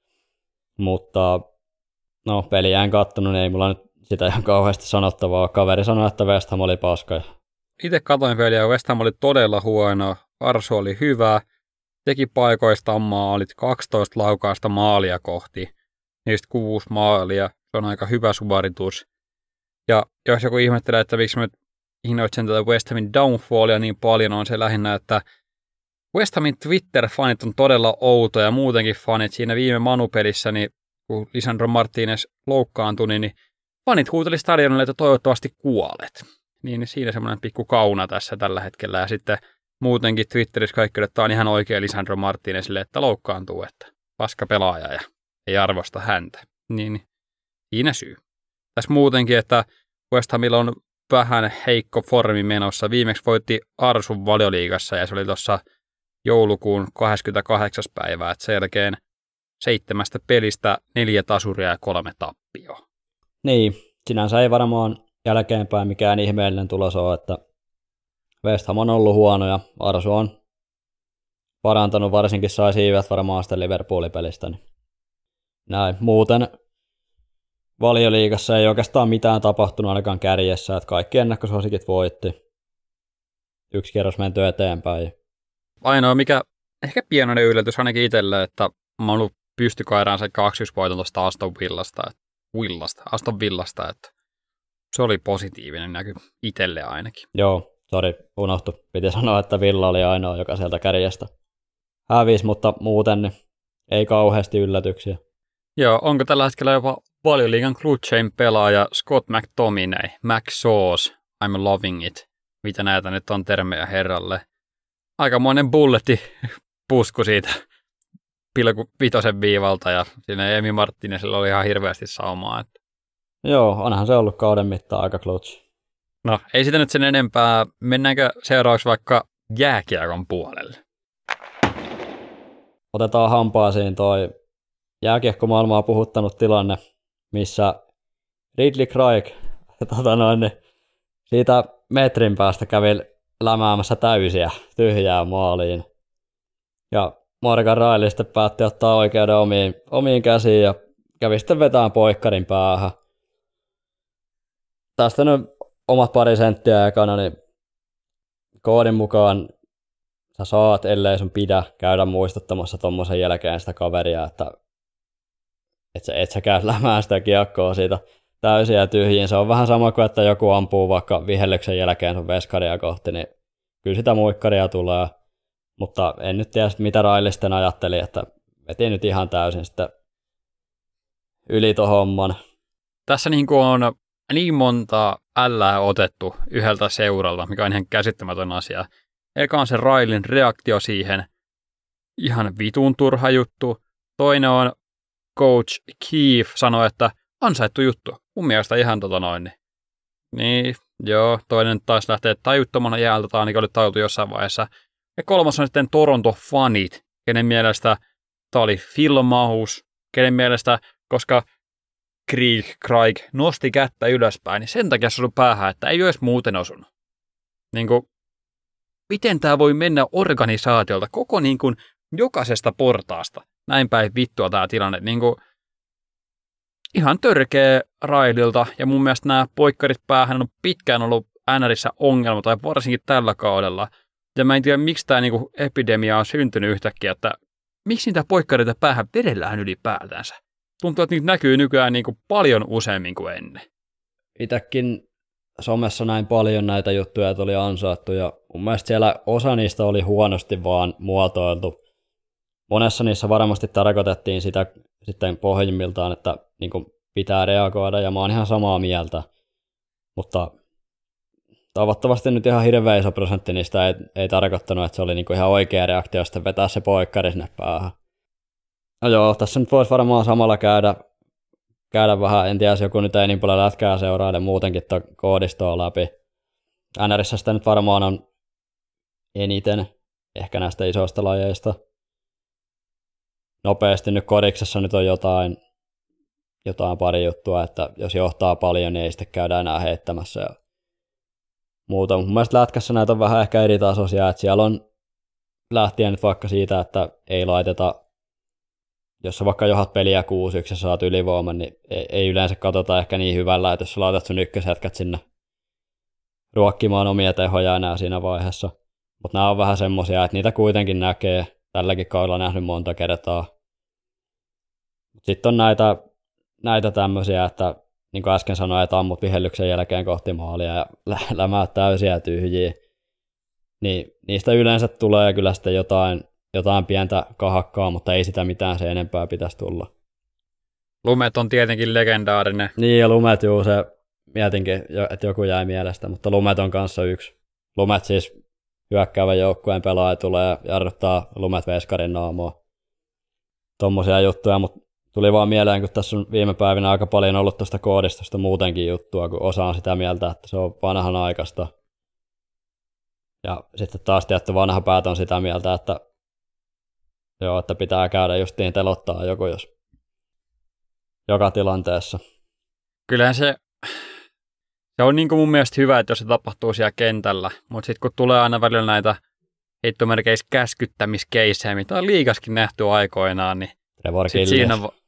[SPEAKER 5] Mutta no, peliä en kattonut, niin ei mulla nyt sitä ihan kauheasti sanottavaa. Kaveri sanoi, että West Ham oli paska.
[SPEAKER 4] Itse katoin peliä ja West Ham oli todella huono. Arsu oli hyvä. Teki paikoistaan maalit, kaksitoista laukaista maalia kohti. Niistä kuusi maalia. Se on aika hyvä suoritus. Ja jos joku ihmettelee, että miksi mä hinnoitsen tätä West Hamin downfallia niin paljon, on se lähinnä, että West Hamin Twitter-fanit on todella outoja ja muutenkin fanit. Siinä viime Manu-pelissä, niin kun Lisandro Martínez loukkaantui, niin fanit huuteli stadionille, että toivottavasti kuolet. Niin siinä semmoinen pikku kauna tässä tällä hetkellä. Ja sitten muutenkin Twitterissä kaikki, että tämä on ihan oikein Lisandro Martínezille, että loukkaantuu, että paska pelaaja ja ei arvosta häntä. Niin siinä syy. Tässä muutenkin, että West Hamilla on vähän heikko formi menossa. Viimeksi voitti Arsun Valioliigassa ja se oli tuossa joulukuun kahdeskymmeneskahdeksas päivä, että sen jälkeen seitsemästä pelistä neljä tasuria ja kolme tappioa.
[SPEAKER 5] Niin, sinänsä ei varmaan jälkeenpäin mikään ihmeellinen tulos ole, että West Ham on ollut huono ja Arsu on parantanut, varsinkin sai siivet varmaan sitä Liverpoolin pelistä. Niin näin, muuten Valioliigassa ei oikeastaan mitään tapahtunut ainakaan kärjessä, että kaikki ennakkosuosikit voitti. Yksi kierros menty eteenpäin.
[SPEAKER 4] Ainoa mikä ehkä pienoinen yllätys ainakin itselle, että mä oon ollut pystykairaan se kaksi yksi voiton tuosta Aston Villasta, Villasta, Aston Villasta, että se oli positiivinen näky itselle ainakin.
[SPEAKER 5] Joo, sori, unohtu. Piti sanoa, että Villa oli ainoa, joka sieltä kärjestä hävisi, mutta muuten niin ei kauheasti yllätyksiä.
[SPEAKER 4] Joo, onko tällä hetkellä jopa Valioliigan klutsein pelaaja Scott McTominay, McSauce, I'm loving it, mitä näitä nyt on termejä herralle. Aikamoinen bulletti pusku siitä pilku vitosen viivalta ja siinä Emi Martínezilla oli ihan hirveästi saumaa. Että.
[SPEAKER 5] Joo, onhan se ollut kauden mittaan aika klutsi.
[SPEAKER 4] No, ei sitä nyt sen enempää. Mennäänkö seuraavaksi vaikka jääkiekon puolelle?
[SPEAKER 5] Otetaan hampaasiin toi jääkiekkomaailmaa puhuttanut tilanne, missä Ridley Craig tota noin, siitä metrin päästä kävi lämäämässä täysiä tyhjää maaliin. Ja Morgan Riley sitten päätti ottaa oikeuden omiin, omiin käsiin ja kävi sitten vetämään poikkarin päähän. Tästä nyt omat pari senttiä ekana, niin koodin mukaan sä saat, ellei sun pidä, käydä muistuttamassa tommosen jälkeen sitä kaveria, että et sä, et sä käy lämään sitä kiekkoa siitä täysiä ja tyhjiin. Se on vähän sama kuin, että joku ampuu vaikka vihellyksen jälkeen sun veskaria kohti, niin kyllä sitä muikkaria tulee. Mutta en nyt tiedä, mitä Riley sitten ajatteli, että veti nyt ihan täysin sitten yli ton homman.
[SPEAKER 4] Tässä niin kuin on niin monta ällää otettu yhdeltä seuralta, mikä on ihan käsittämätön asia. Eka on se Rileyn reaktio siihen, ihan vitun turha juttu. Toinen on coach Keefe sanoi, että ansaittu juttu. Mun mielestä ihan tota noin. Niin, niin joo, toinen taas lähtee tajuttomana jäältä, tai ainakin oli tajuttu jossain vaiheessa. Ja kolmas on sitten Toronto-fanit, kenen mielestä tämä oli filmaus, kenen mielestä, koska Craig, Craig nosti kättä ylöspäin, niin sen takia se osui päähän, että ei olisi muuten osunut. Niin kuin, miten tämä voi mennä organisaatiolta koko niin kuin jokaisesta portaasta? Näin päin vittua tämä tilanne. Niin kuin, ihan törkeä Raililta, ja mun mielestä nämä poikkarit päähän on pitkään ollut N R:ssä ongelma, tai varsinkin tällä kaudella. Ja mä en tiedä, miksi tämä niinku epidemia on syntynyt yhtäkkiä, että miksi niitä poikkareita päähän vedellään ylipäätänsä. Tuntuu, että niitä näkyy nykyään niinku paljon useammin kuin ennen.
[SPEAKER 5] Itäkin somessa näin paljon näitä juttuja, että oli ansaattu, ja mun mielestä siellä osa niistä oli huonosti vaan muotoiltu. Monessa niissä varmasti tarkoitettiin sitä sitten pohjimmiltaan, että niin kuin pitää reagoida, ja mä oon ihan samaa mieltä. Mutta toivottavasti nyt ihan hirveä iso prosentti niistä ei, ei tarkoittanut, että se oli niin kuin ihan oikea reaktio, sitten vetää se poikkari sinne päähän. No joo, tässä nyt voisi varmaan samalla käydä, käydä vähän, en tiedä, jos joku nyt ei niin paljon lätkää seuraile muutenkin tuon koodistoa läpi. N R:ssä sitä nyt varmaan on eniten, ehkä näistä isoista lajeista. Nopeasti nyt kodiksessa nyt on jotain, jotain pari juttua, että jos johtaa paljon, niin ei sitten käydä enää heittämässä ja muuta. Mun mielestä lätkässä näitä on vähän ehkä eri tasoisia, että siellä on lähtien nyt vaikka siitä, että ei laiteta, jos sä vaikka johat peliä kuusi yksi ja saat ylivoiman, niin ei, ei yleensä katsota ehkä niin hyvällä, että jos sä laitat sun ykköshetkät sinne ruokkimaan omia tehoja enää siinä vaiheessa. Mutta nämä on vähän semmosia, että niitä kuitenkin näkee, tälläkin kaudella nähnyt monta kertaa. Sitten on näitä, näitä tämmöisiä, että niin kuin äsken sanoin, että ammut vihellyksen jälkeen kohti maalia ja lämäät täysiä tyhjiä. Niin niistä yleensä tulee kyllä sitten jotain, jotain pientä kahakkaa, mutta ei sitä mitään se enempää pitäisi tulla.
[SPEAKER 4] Lumet on tietenkin legendaarinen.
[SPEAKER 5] Niin ja lumet, juu, se mietinkin, että joku jäi mielestä, mutta lumet on kanssa yksi. Lumet siis hyökkäävän joukkueen pelaaja tulee ja jarruttaa lumet veskarin naamoa. Tommosia juttuja, mutta tuli vaan mieleen, kun tässä on viime päivinä aika paljon ollut tuosta koodistosta muutenkin juttua, kun osa on sitä mieltä, että se on vanhanaikaista. Ja sitten taas tietty vanha päät on sitä mieltä, että, joo, että pitää käydä justiin telottaa joku, jos joka tilanteessa.
[SPEAKER 4] Kyllähän se, se on niin kuin mun mielestä hyvä, että jos se tapahtuu siellä kentällä, mutta sitten kun tulee aina välillä näitä heittomerkeissä käskyttämiskeissejä, mitä on liigaskin nähty aikoinaan, niin
[SPEAKER 5] Trevor
[SPEAKER 4] siinä va-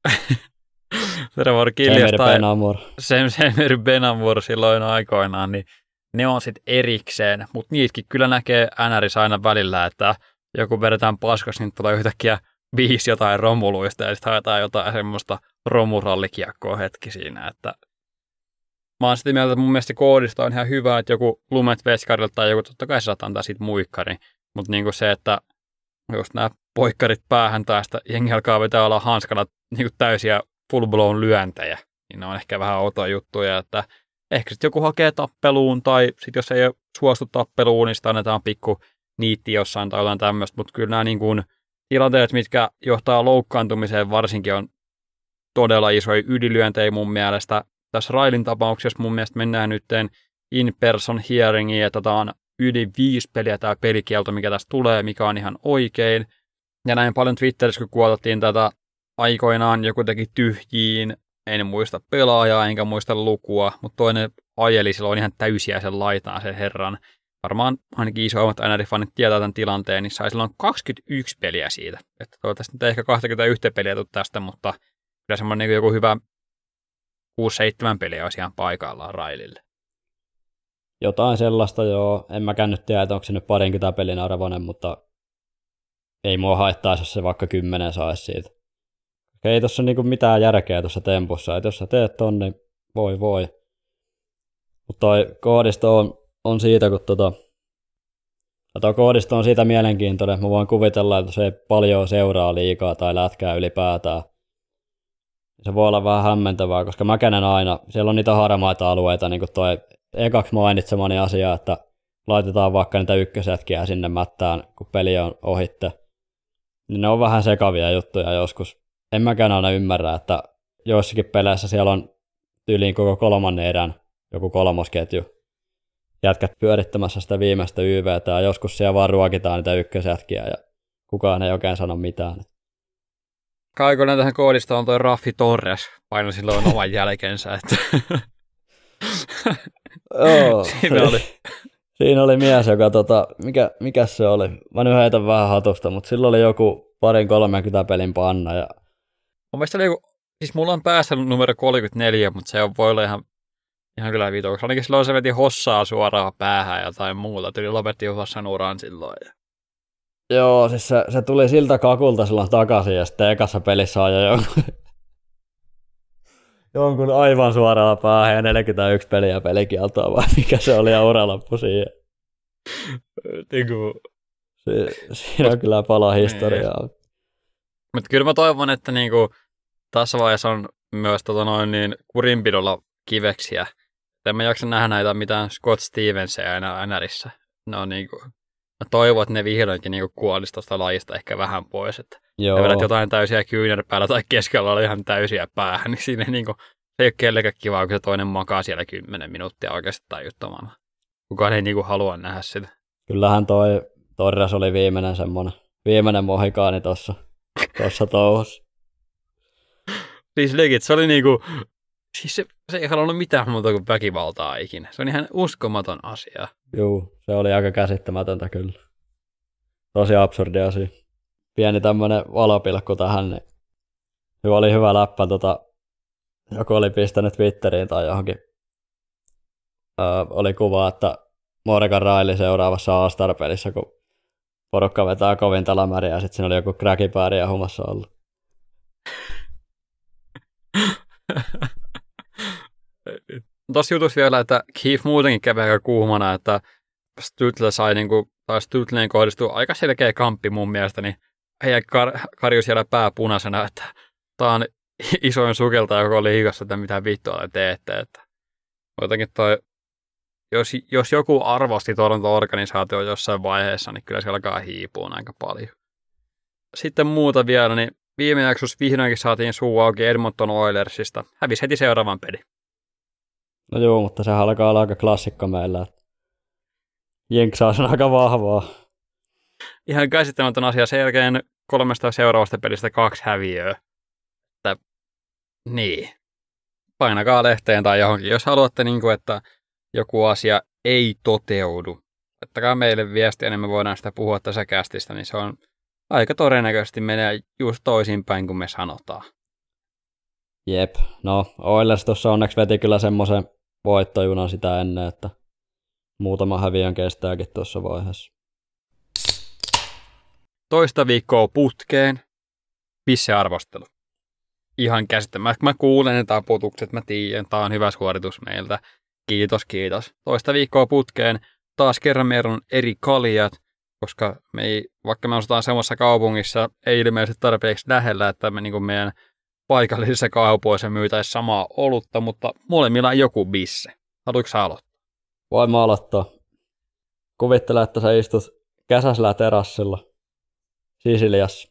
[SPEAKER 4] Trevor Killias tai Semir Benamur silloin aikoinaan, niin ne on sitten erikseen, mutta niitäkin kyllä näkee N R:ssä aina välillä, että joku vedetään paskas, niin tulee yhtäkkiä viisi jotain romuluista ja sitten haetaan jotain semmoista romurallikiekkoa hetki siinä, että mä oon sitä mieltä, että mun mielestä koodista on ihan hyvä, että joku lumet veskarilta tai joku, totta kai sä saat antaa siitä muikkari, mutta niinku se, että jos nämä poikkarit päähän tai sitä jengi alkaa vetää olla hanskalla niinku täysiä full blown lyöntejä, niin ne on ehkä vähän outoja juttuja, että ehkä sitten joku hakee tappeluun tai sitten jos ei suostu tappeluun, niin sitten annetaan pikku niitti jossain tai jotain tämmöistä, mutta kyllä nämä niin kuin tilanteet, mitkä johtaa loukkaantumiseen varsinkin on todella isoja ylilyöntejä mun mielestä. Tässä Railin tapauksessa mun mielestä mennään nyt in-person hearingiin, että tämä on yli viisi peliä tämä pelikielto, mikä tästä tulee, mikä on ihan oikein. Ja näin paljon Twitterissä, kun kuotattiin tätä aikoinaan, joku teki tyhjiin, en muista pelaajaa enkä muista lukua, mutta toinen ajeli silloin ihan täysiä sen laitaan sen herran. Varmaan ainakin isoimmat N R-fanit tietää tämän tilanteen, niin sai silloin kaksikymmentäyksi peliä siitä. Että toivottavasti nyt ei ehkä kaksikymmentäyksi peliä tule tästä, mutta kyllä semmoinen niin joku hyvä kuusi seitsemän peliä olisi ihan paikallaan Railille.
[SPEAKER 5] Jotain sellaista, joo. En mäkään nyt tiedä, että onko se nyt parinkymmentä pelin arvoinen, mutta ei mua haittaisi, jos se vaikka kymmenen saisi siitä. Ei tuossa niinku mitään järkeä tuossa tempussa, että jos sä teet ton, niin voi voi. Mutta toi koodisto on, on siitä, kun tota... Ja toi koodisto on siitä mielenkiintoinen, että mä voin kuvitella, että se ei paljon seuraa liikaa tai lätkää ylipäätään. Se voi olla vähän hämmentävää, koska mä känen aina, siellä on niitä harmaita alueita, niin kuin toi ekaksi mainitsemani asia, että laitetaan vaikka niitä ykkösetkiä sinne mättään, kun peli on ohitte. Niin ne on vähän sekavia juttuja joskus. En mäkään aina ymmärrä, että joissakin peleissä siellä on tyyliin koko kolmannen erän joku kolmosketju. Jätkät pyörittämässä sitä viimeistä Y V:tä ja joskus siellä vaan ruokitaan niitä ykkösetkiä ja kukaan ei oikein sano mitään.
[SPEAKER 4] Kaikoinen tähän koodista on toi Raffi Torres, paino silloin oman jälkensä. Että
[SPEAKER 5] Joo,
[SPEAKER 4] siinä oli.
[SPEAKER 5] Siinä oli mies, joka, tota, mikä, mikä se oli? Mä nyt heitän vähän hatusta, mutta silloin oli joku parin kolmekymmentä pelin panna. Ja
[SPEAKER 4] mun mielestä oli joku Siis mulla on päässä numero kolmekymmentäneljä, mutta se voi olla ihan, ihan kyllä vitoksi. Ainakin silloin se veti Hossaa suoraan päähän ja jotain muuta. Tuli lopetti Hossan uran silloin.
[SPEAKER 5] Joo, siis se, se tuli siltä kakulta silloin takaisin ja sitten ekassa pelissä ajoi jonkun, jonkun aivan suoraan päähän ja neljäkymmentäyksi peliä pelikieltoa vai mikä se oli ja uralappu siihen.
[SPEAKER 4] Niinku...
[SPEAKER 5] Si, siinä on kyllä pala historiaa.
[SPEAKER 4] Mutta kyllä mä toivon, että niinku, tässä vaiheessa on myös tota noin, niin, kurinpidolla kiveksiä. En mä jaksa nähdä näitä mitään Scott Stevensia enää Nrissä. Ne on niinku... Mä toivon, että ne vihdoinkin niinku kuolisi tuosta lajista ehkä vähän pois. Että ne vedät jotain täysiä kyynärpäällä tai keskellä oli ihan täysiä päähän, niin siinä niinku, se ei ole kellekään kivaa, kun se toinen makaa siellä kymmenen minuuttia oikeasti tajuttomalla. Kukaan ei niinku halua nähdä sitä.
[SPEAKER 5] Kyllähän toi Torres oli viimeinen semmoinen, viimeinen mohikaani tuossa tossa touhussa.
[SPEAKER 4] Siis legit, se oli niinku, siis se, se ei halunnut mitään muuta kuin väkivaltaa ikinä. Se on ihan uskomaton asia.
[SPEAKER 5] Juu, se oli aika käsittämätöntä kyllä. Tosi absurdi asia. Pieni tämmönen valopilkku tähän, niin oli hyvä läppä. Tota, joku oli pistänyt Twitteriin tai johonkin. Öö, oli kuva, että Morgan Riley seuraavassa A-Star-pelissä, kun porukka vetää kovin talamäriä ja sitten siinä oli joku kräkipääri ja humassa ollut.
[SPEAKER 4] Tuossa jutussa vielä, että Keith muutenkin kävi aika kuumana, että Stützle sai niinku, tai Stützleen kohdistuu aika selkeä kamppi mun mielestä, niin heidän kar- karju siellä pää punaisena, että tää on isoin sukelta, joka oli hikossa, että mitä vittua te teette. Että jotenkin toi, jos, jos joku arvosti Toronto-organisaatio jossain vaiheessa, niin kyllä se alkaa hiipua aika paljon. Sitten muuta vielä, niin viime jaksossa vihdoinkin saatiin suu auki Edmonton Oilersista. Hävisi heti seuraavan pelin.
[SPEAKER 5] No joo, mutta sehän alkaa olla aika klassikko meillä. Jenksaus on aika vahvaa.
[SPEAKER 4] Ihan käsittämätön asia. Sen jälkeen kolmesta seuraavasta pelistä kaksi häviöä. Että, niin. Painakaa lehteen tai johonkin. Jos haluatte, niin kuin, että joku asia ei toteudu, ottakaa meille viestiä, niin me voidaan sitä puhua tässä kästistä, niin se on aika todennäköisesti menee just toisinpäin kuin me sanotaan.
[SPEAKER 5] Jep. No, Oilers tuossa onneksi veti kyllä semmoisen voittojunan sitä ennen, että muutama häviön kestääkin tuossa vaiheessa.
[SPEAKER 4] Toista viikkoa putkeen. Pissearvostelu. Ihan käsittämättä. Mä kuulen ne taputukset, mä tiedän, tää on hyvä suoritus meiltä. Kiitos, kiitos. Toista viikkoa putkeen. Taas kerran meillä on eri kaljat, koska me ei, vaikka me asutaan samassa kaupungissa, ei ilmeisesti tarpeeksi lähellä, että me niin kuin meidän paikallisissa kaupoissa myytäisiin samaa olutta, mutta molemmilla on joku bisse. Haluatko sä aloittaa?
[SPEAKER 5] Voin mä aloittaa. Kuvittele, että sä istut käsäsellä terassilla Sisiliassa.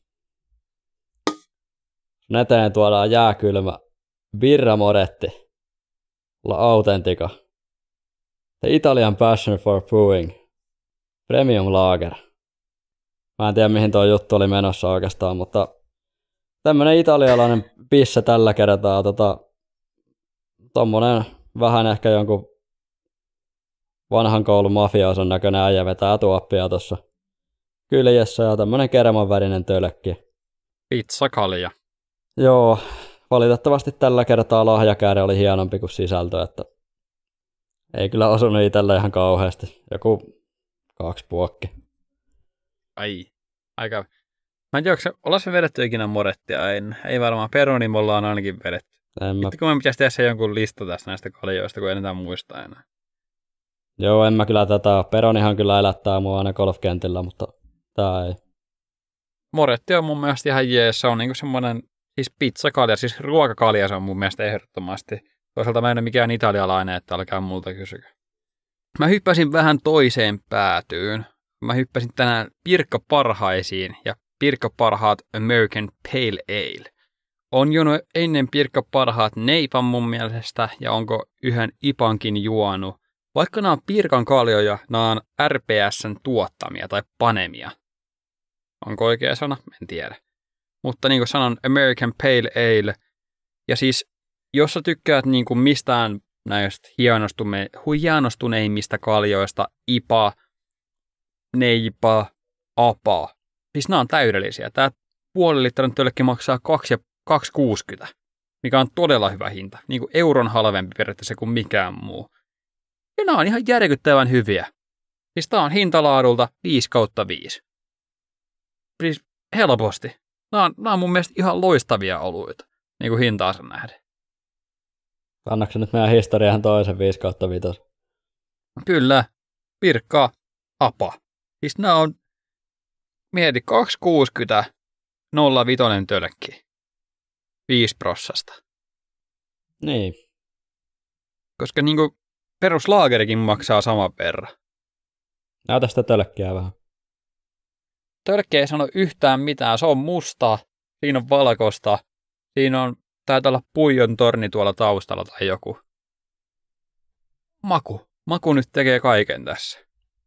[SPEAKER 5] Sun eteen tuodaan jääkylmä Birra Moretti, Authentica, The Italian Passion for Brewing, Premium Lager. Mä en tiedä, mihin tuo juttu oli menossa oikeastaan, mutta tämmönen italialainen pisse tällä kertaa. Tota, tommonen vähän ehkä jonkun vanhan koulun mafioson näköinen äijä vetää tuoppia tuossa kyljessä ja tämmönen kerman värinen tölkki.
[SPEAKER 4] Pizzakalja.
[SPEAKER 5] Joo, valitettavasti tällä kertaa lahjakäärä oli hienompi kuin sisältö, että ei kyllä osunut itsellä ihan kauheasti. Joku kaksi puokki.
[SPEAKER 4] Ai, aika. Mä en tiedä, ollaan se vedetty ikinä Morettia? Ei, ei varmaan. Peroni me ollaan ainakin vedetty. En mä... Sitten kun me pitäisi tehdä se jonkun lista tästä näistä kaljoista, kun ei enää muista enää.
[SPEAKER 5] Joo, en mä kyllä tätä. Peronihan kyllä elättää mua aina golfkentillä, mutta tää ei.
[SPEAKER 4] Moretti on mun mielestä ihan jees. Se on niinku semmoinen, siis pizzakalja, siis ruokakalja se on mun mielestä ehdottomasti. Toisaalta mä en ole mikään italialainen, että älkää multa kysykö. Mä hyppäsin vähän toiseen päätyyn. Mä hyppäsin tänään Pirkka Parhaisiin ja Pirkka Parhaat American Pale Ale. On jo ennen Pirkka Parhaat neipan mun mielestä ja onko yhden ipankin juonut. Vaikka nämä on Pirkan kaljoja, nämä on R P S:n tuottamia tai panemia. Onko oikea sana? En tiedä. Mutta niin kuin sanon, American Pale Ale. Ja siis, jos sä tykkäät niin kuin mistään näistä hienostuneimmista kaljoista, I P A, neipa, A P A. Siis nämä on täydellisiä. Tämä puoli litran tölkki maksaa kaksi kuusikymmentä. mikä on todella hyvä hinta. Niin kuin euron halvempi periaatteessa kuin mikään muu. Ja nämä on ihan järkyttävän hyviä. Siis tää on hintalaadulta viisi kautta viisi. Siis helposti. Nämä on, nämä on mun mielestä ihan loistavia oluita, niin kuin hintaansa nähden.
[SPEAKER 5] Annaksen nyt meidän historiaan toisen viisi kautta viisi?
[SPEAKER 4] Kyllä. Pirkka, apa. Siis nämä on, mieti, kaksi kuusikymmentä nolla viisi tölkki. viisi prossasta.
[SPEAKER 5] Niin.
[SPEAKER 4] Koska niinku peruslaagerikin maksaa sama verran.
[SPEAKER 5] Näytä sitä tölkkiä vähän.
[SPEAKER 4] Tölkki ei sano yhtään mitään. Se on musta, siinä on valkoista, siinä on, taitaa olla Puijon torni tuolla taustalla tai joku. Maku. Maku nyt tekee kaiken tässä.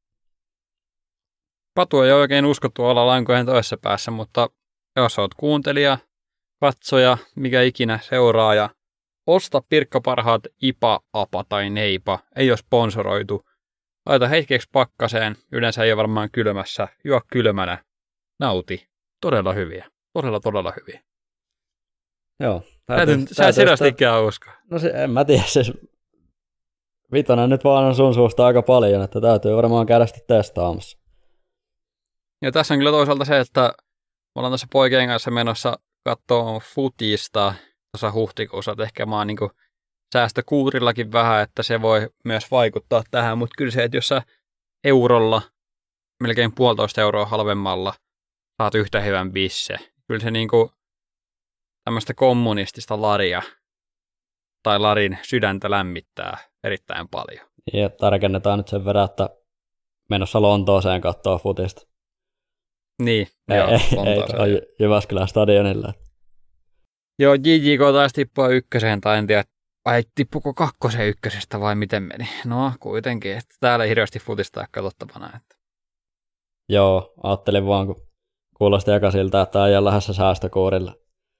[SPEAKER 4] Patu ei oikein uskottu olla lankojen toisessa päässä, mutta jos oot kuuntelija, katsoja, mikä ikinä seuraaja, osta Pirkka parhaat Ipa, Apa tai Neipa, ei ole sponsoroitu. Laita hetkeksi pakkaseen, yleensä ei ole varmaan kylmässä, juo kylmänä, nauti. Todella hyviä, todella todella hyviä.
[SPEAKER 5] Joo.
[SPEAKER 4] Sä et selvästikään usko.
[SPEAKER 5] No se, en mä tiedä, siis vitonen nyt vaan on sun suusta aika paljon, että täytyy varmaan käydä sitten testaamassa.
[SPEAKER 4] Ja tässä on kyllä toisaalta se, että me ollaan tässä poikien kanssa menossa katsoa futista tuossa huhtikuussa, että ehkä mä oon niinku säästökuurillakin vähän, että se voi myös vaikuttaa tähän, mutta kyllä se, että jos sä eurolla, melkein puolitoista euroa halvemmalla, saat yhtä hyvän bisse, kyllä se niinku tämmöistä kommunistista laria tai larin sydäntä lämmittää erittäin paljon.
[SPEAKER 5] Ja tarkennetaan nyt sen verran, että menossa Lontooseen katsoa futista.
[SPEAKER 4] Niin,
[SPEAKER 5] ei,
[SPEAKER 4] joo,
[SPEAKER 5] ei, ei ole Jyväskylän stadionilla.
[SPEAKER 4] Joo, J J K taisi tippua ykköseen, tai en tiedä, vai tippuko kakkoseen ykkösestä vai miten meni. No kuitenkin, että täällä ei hirveästi futista katsottavana. Että.
[SPEAKER 5] Joo, ajattelin vaan, kun kuulosti eka siltä, että ajan lähdössä säästökuurilla.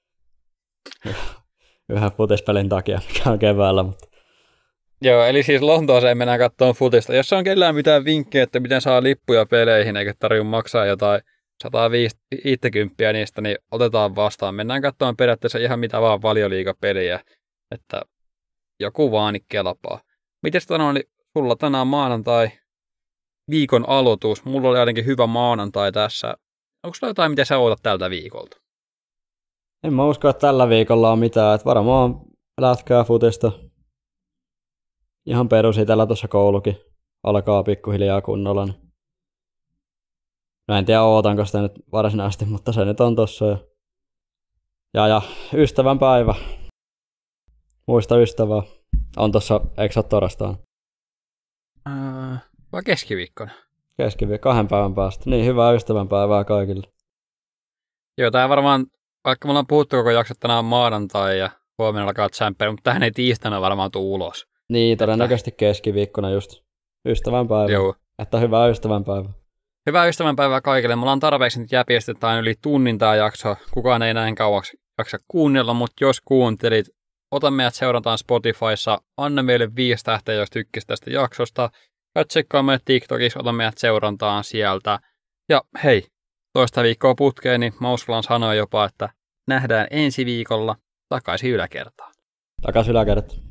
[SPEAKER 5] Yhden futispelin takia, mikä on keväällä. Mutta.
[SPEAKER 4] Joo, eli siis Lontooseen mennään katsomaan futista. Jos on kellään mitään vinkkejä, että miten saa lippuja peleihin, eikä tarvitse maksaa jotain sata viisikymmentä niistä, niin otetaan vastaan. Mennään katsomaan periaatteessa ihan mitä vaan Valioliigapeliä, että joku vaan kelpaa. Mites tänään oli sulla tänään maanantai viikon aloitus? Mulla oli ainakin hyvä maanantai tässä. Onko sulla jotain, mitä sä ootat tältä viikolta?
[SPEAKER 5] En mä usko, että tällä viikolla on mitään. Että varmaan lätkää futista. Ihan perus itellä tuossa koulukin alkaa pikkuhiljaa kunnolla. No en tiedä ootanko sitä nyt varsinaisesti, mutta se nyt on tossa. Ja, ja, ja ystävän päivä. Muista ystävää. On tossa, eikö sä torstaina?
[SPEAKER 4] Öö, vai keskiviikkona?
[SPEAKER 5] Keskiviikkona, kahden päivän päästä. Niin, hyvää ystävän päivää kaikille.
[SPEAKER 4] Joo, tää varmaan, vaikka me ollaan puhuttu koko jakso, tänään on maanantai ja huomenna alkaa tsemperi, mutta tähän ei tiistaina varmaan tule ulos.
[SPEAKER 5] Niin, todennäköisesti keskiviikkona just ystävänpäivä.
[SPEAKER 4] Joo.
[SPEAKER 5] Että hyvää ystävänpäivää.
[SPEAKER 4] Hyvää ystävänpäivää kaikille. Me ollaan tarpeeksi nyt jäpiestetään yli tunnin tää jakso. Kukaan ei näin kauaksi jaksa kuunnella, mutta jos kuuntelit, ota meidät seurataan Spotifyssa. Anna meille viisi tähteä, jos tykkäsit tästä jaksosta. Ja tsekkaa meidät TikTokissa, ota meidät seurantaan sieltä. Ja hei, toista viikkoa putkeen, niin mä uskallan sanoa jopa, että nähdään ensi viikolla takaisin yläkertaan.
[SPEAKER 5] Takaisin yläkertaan.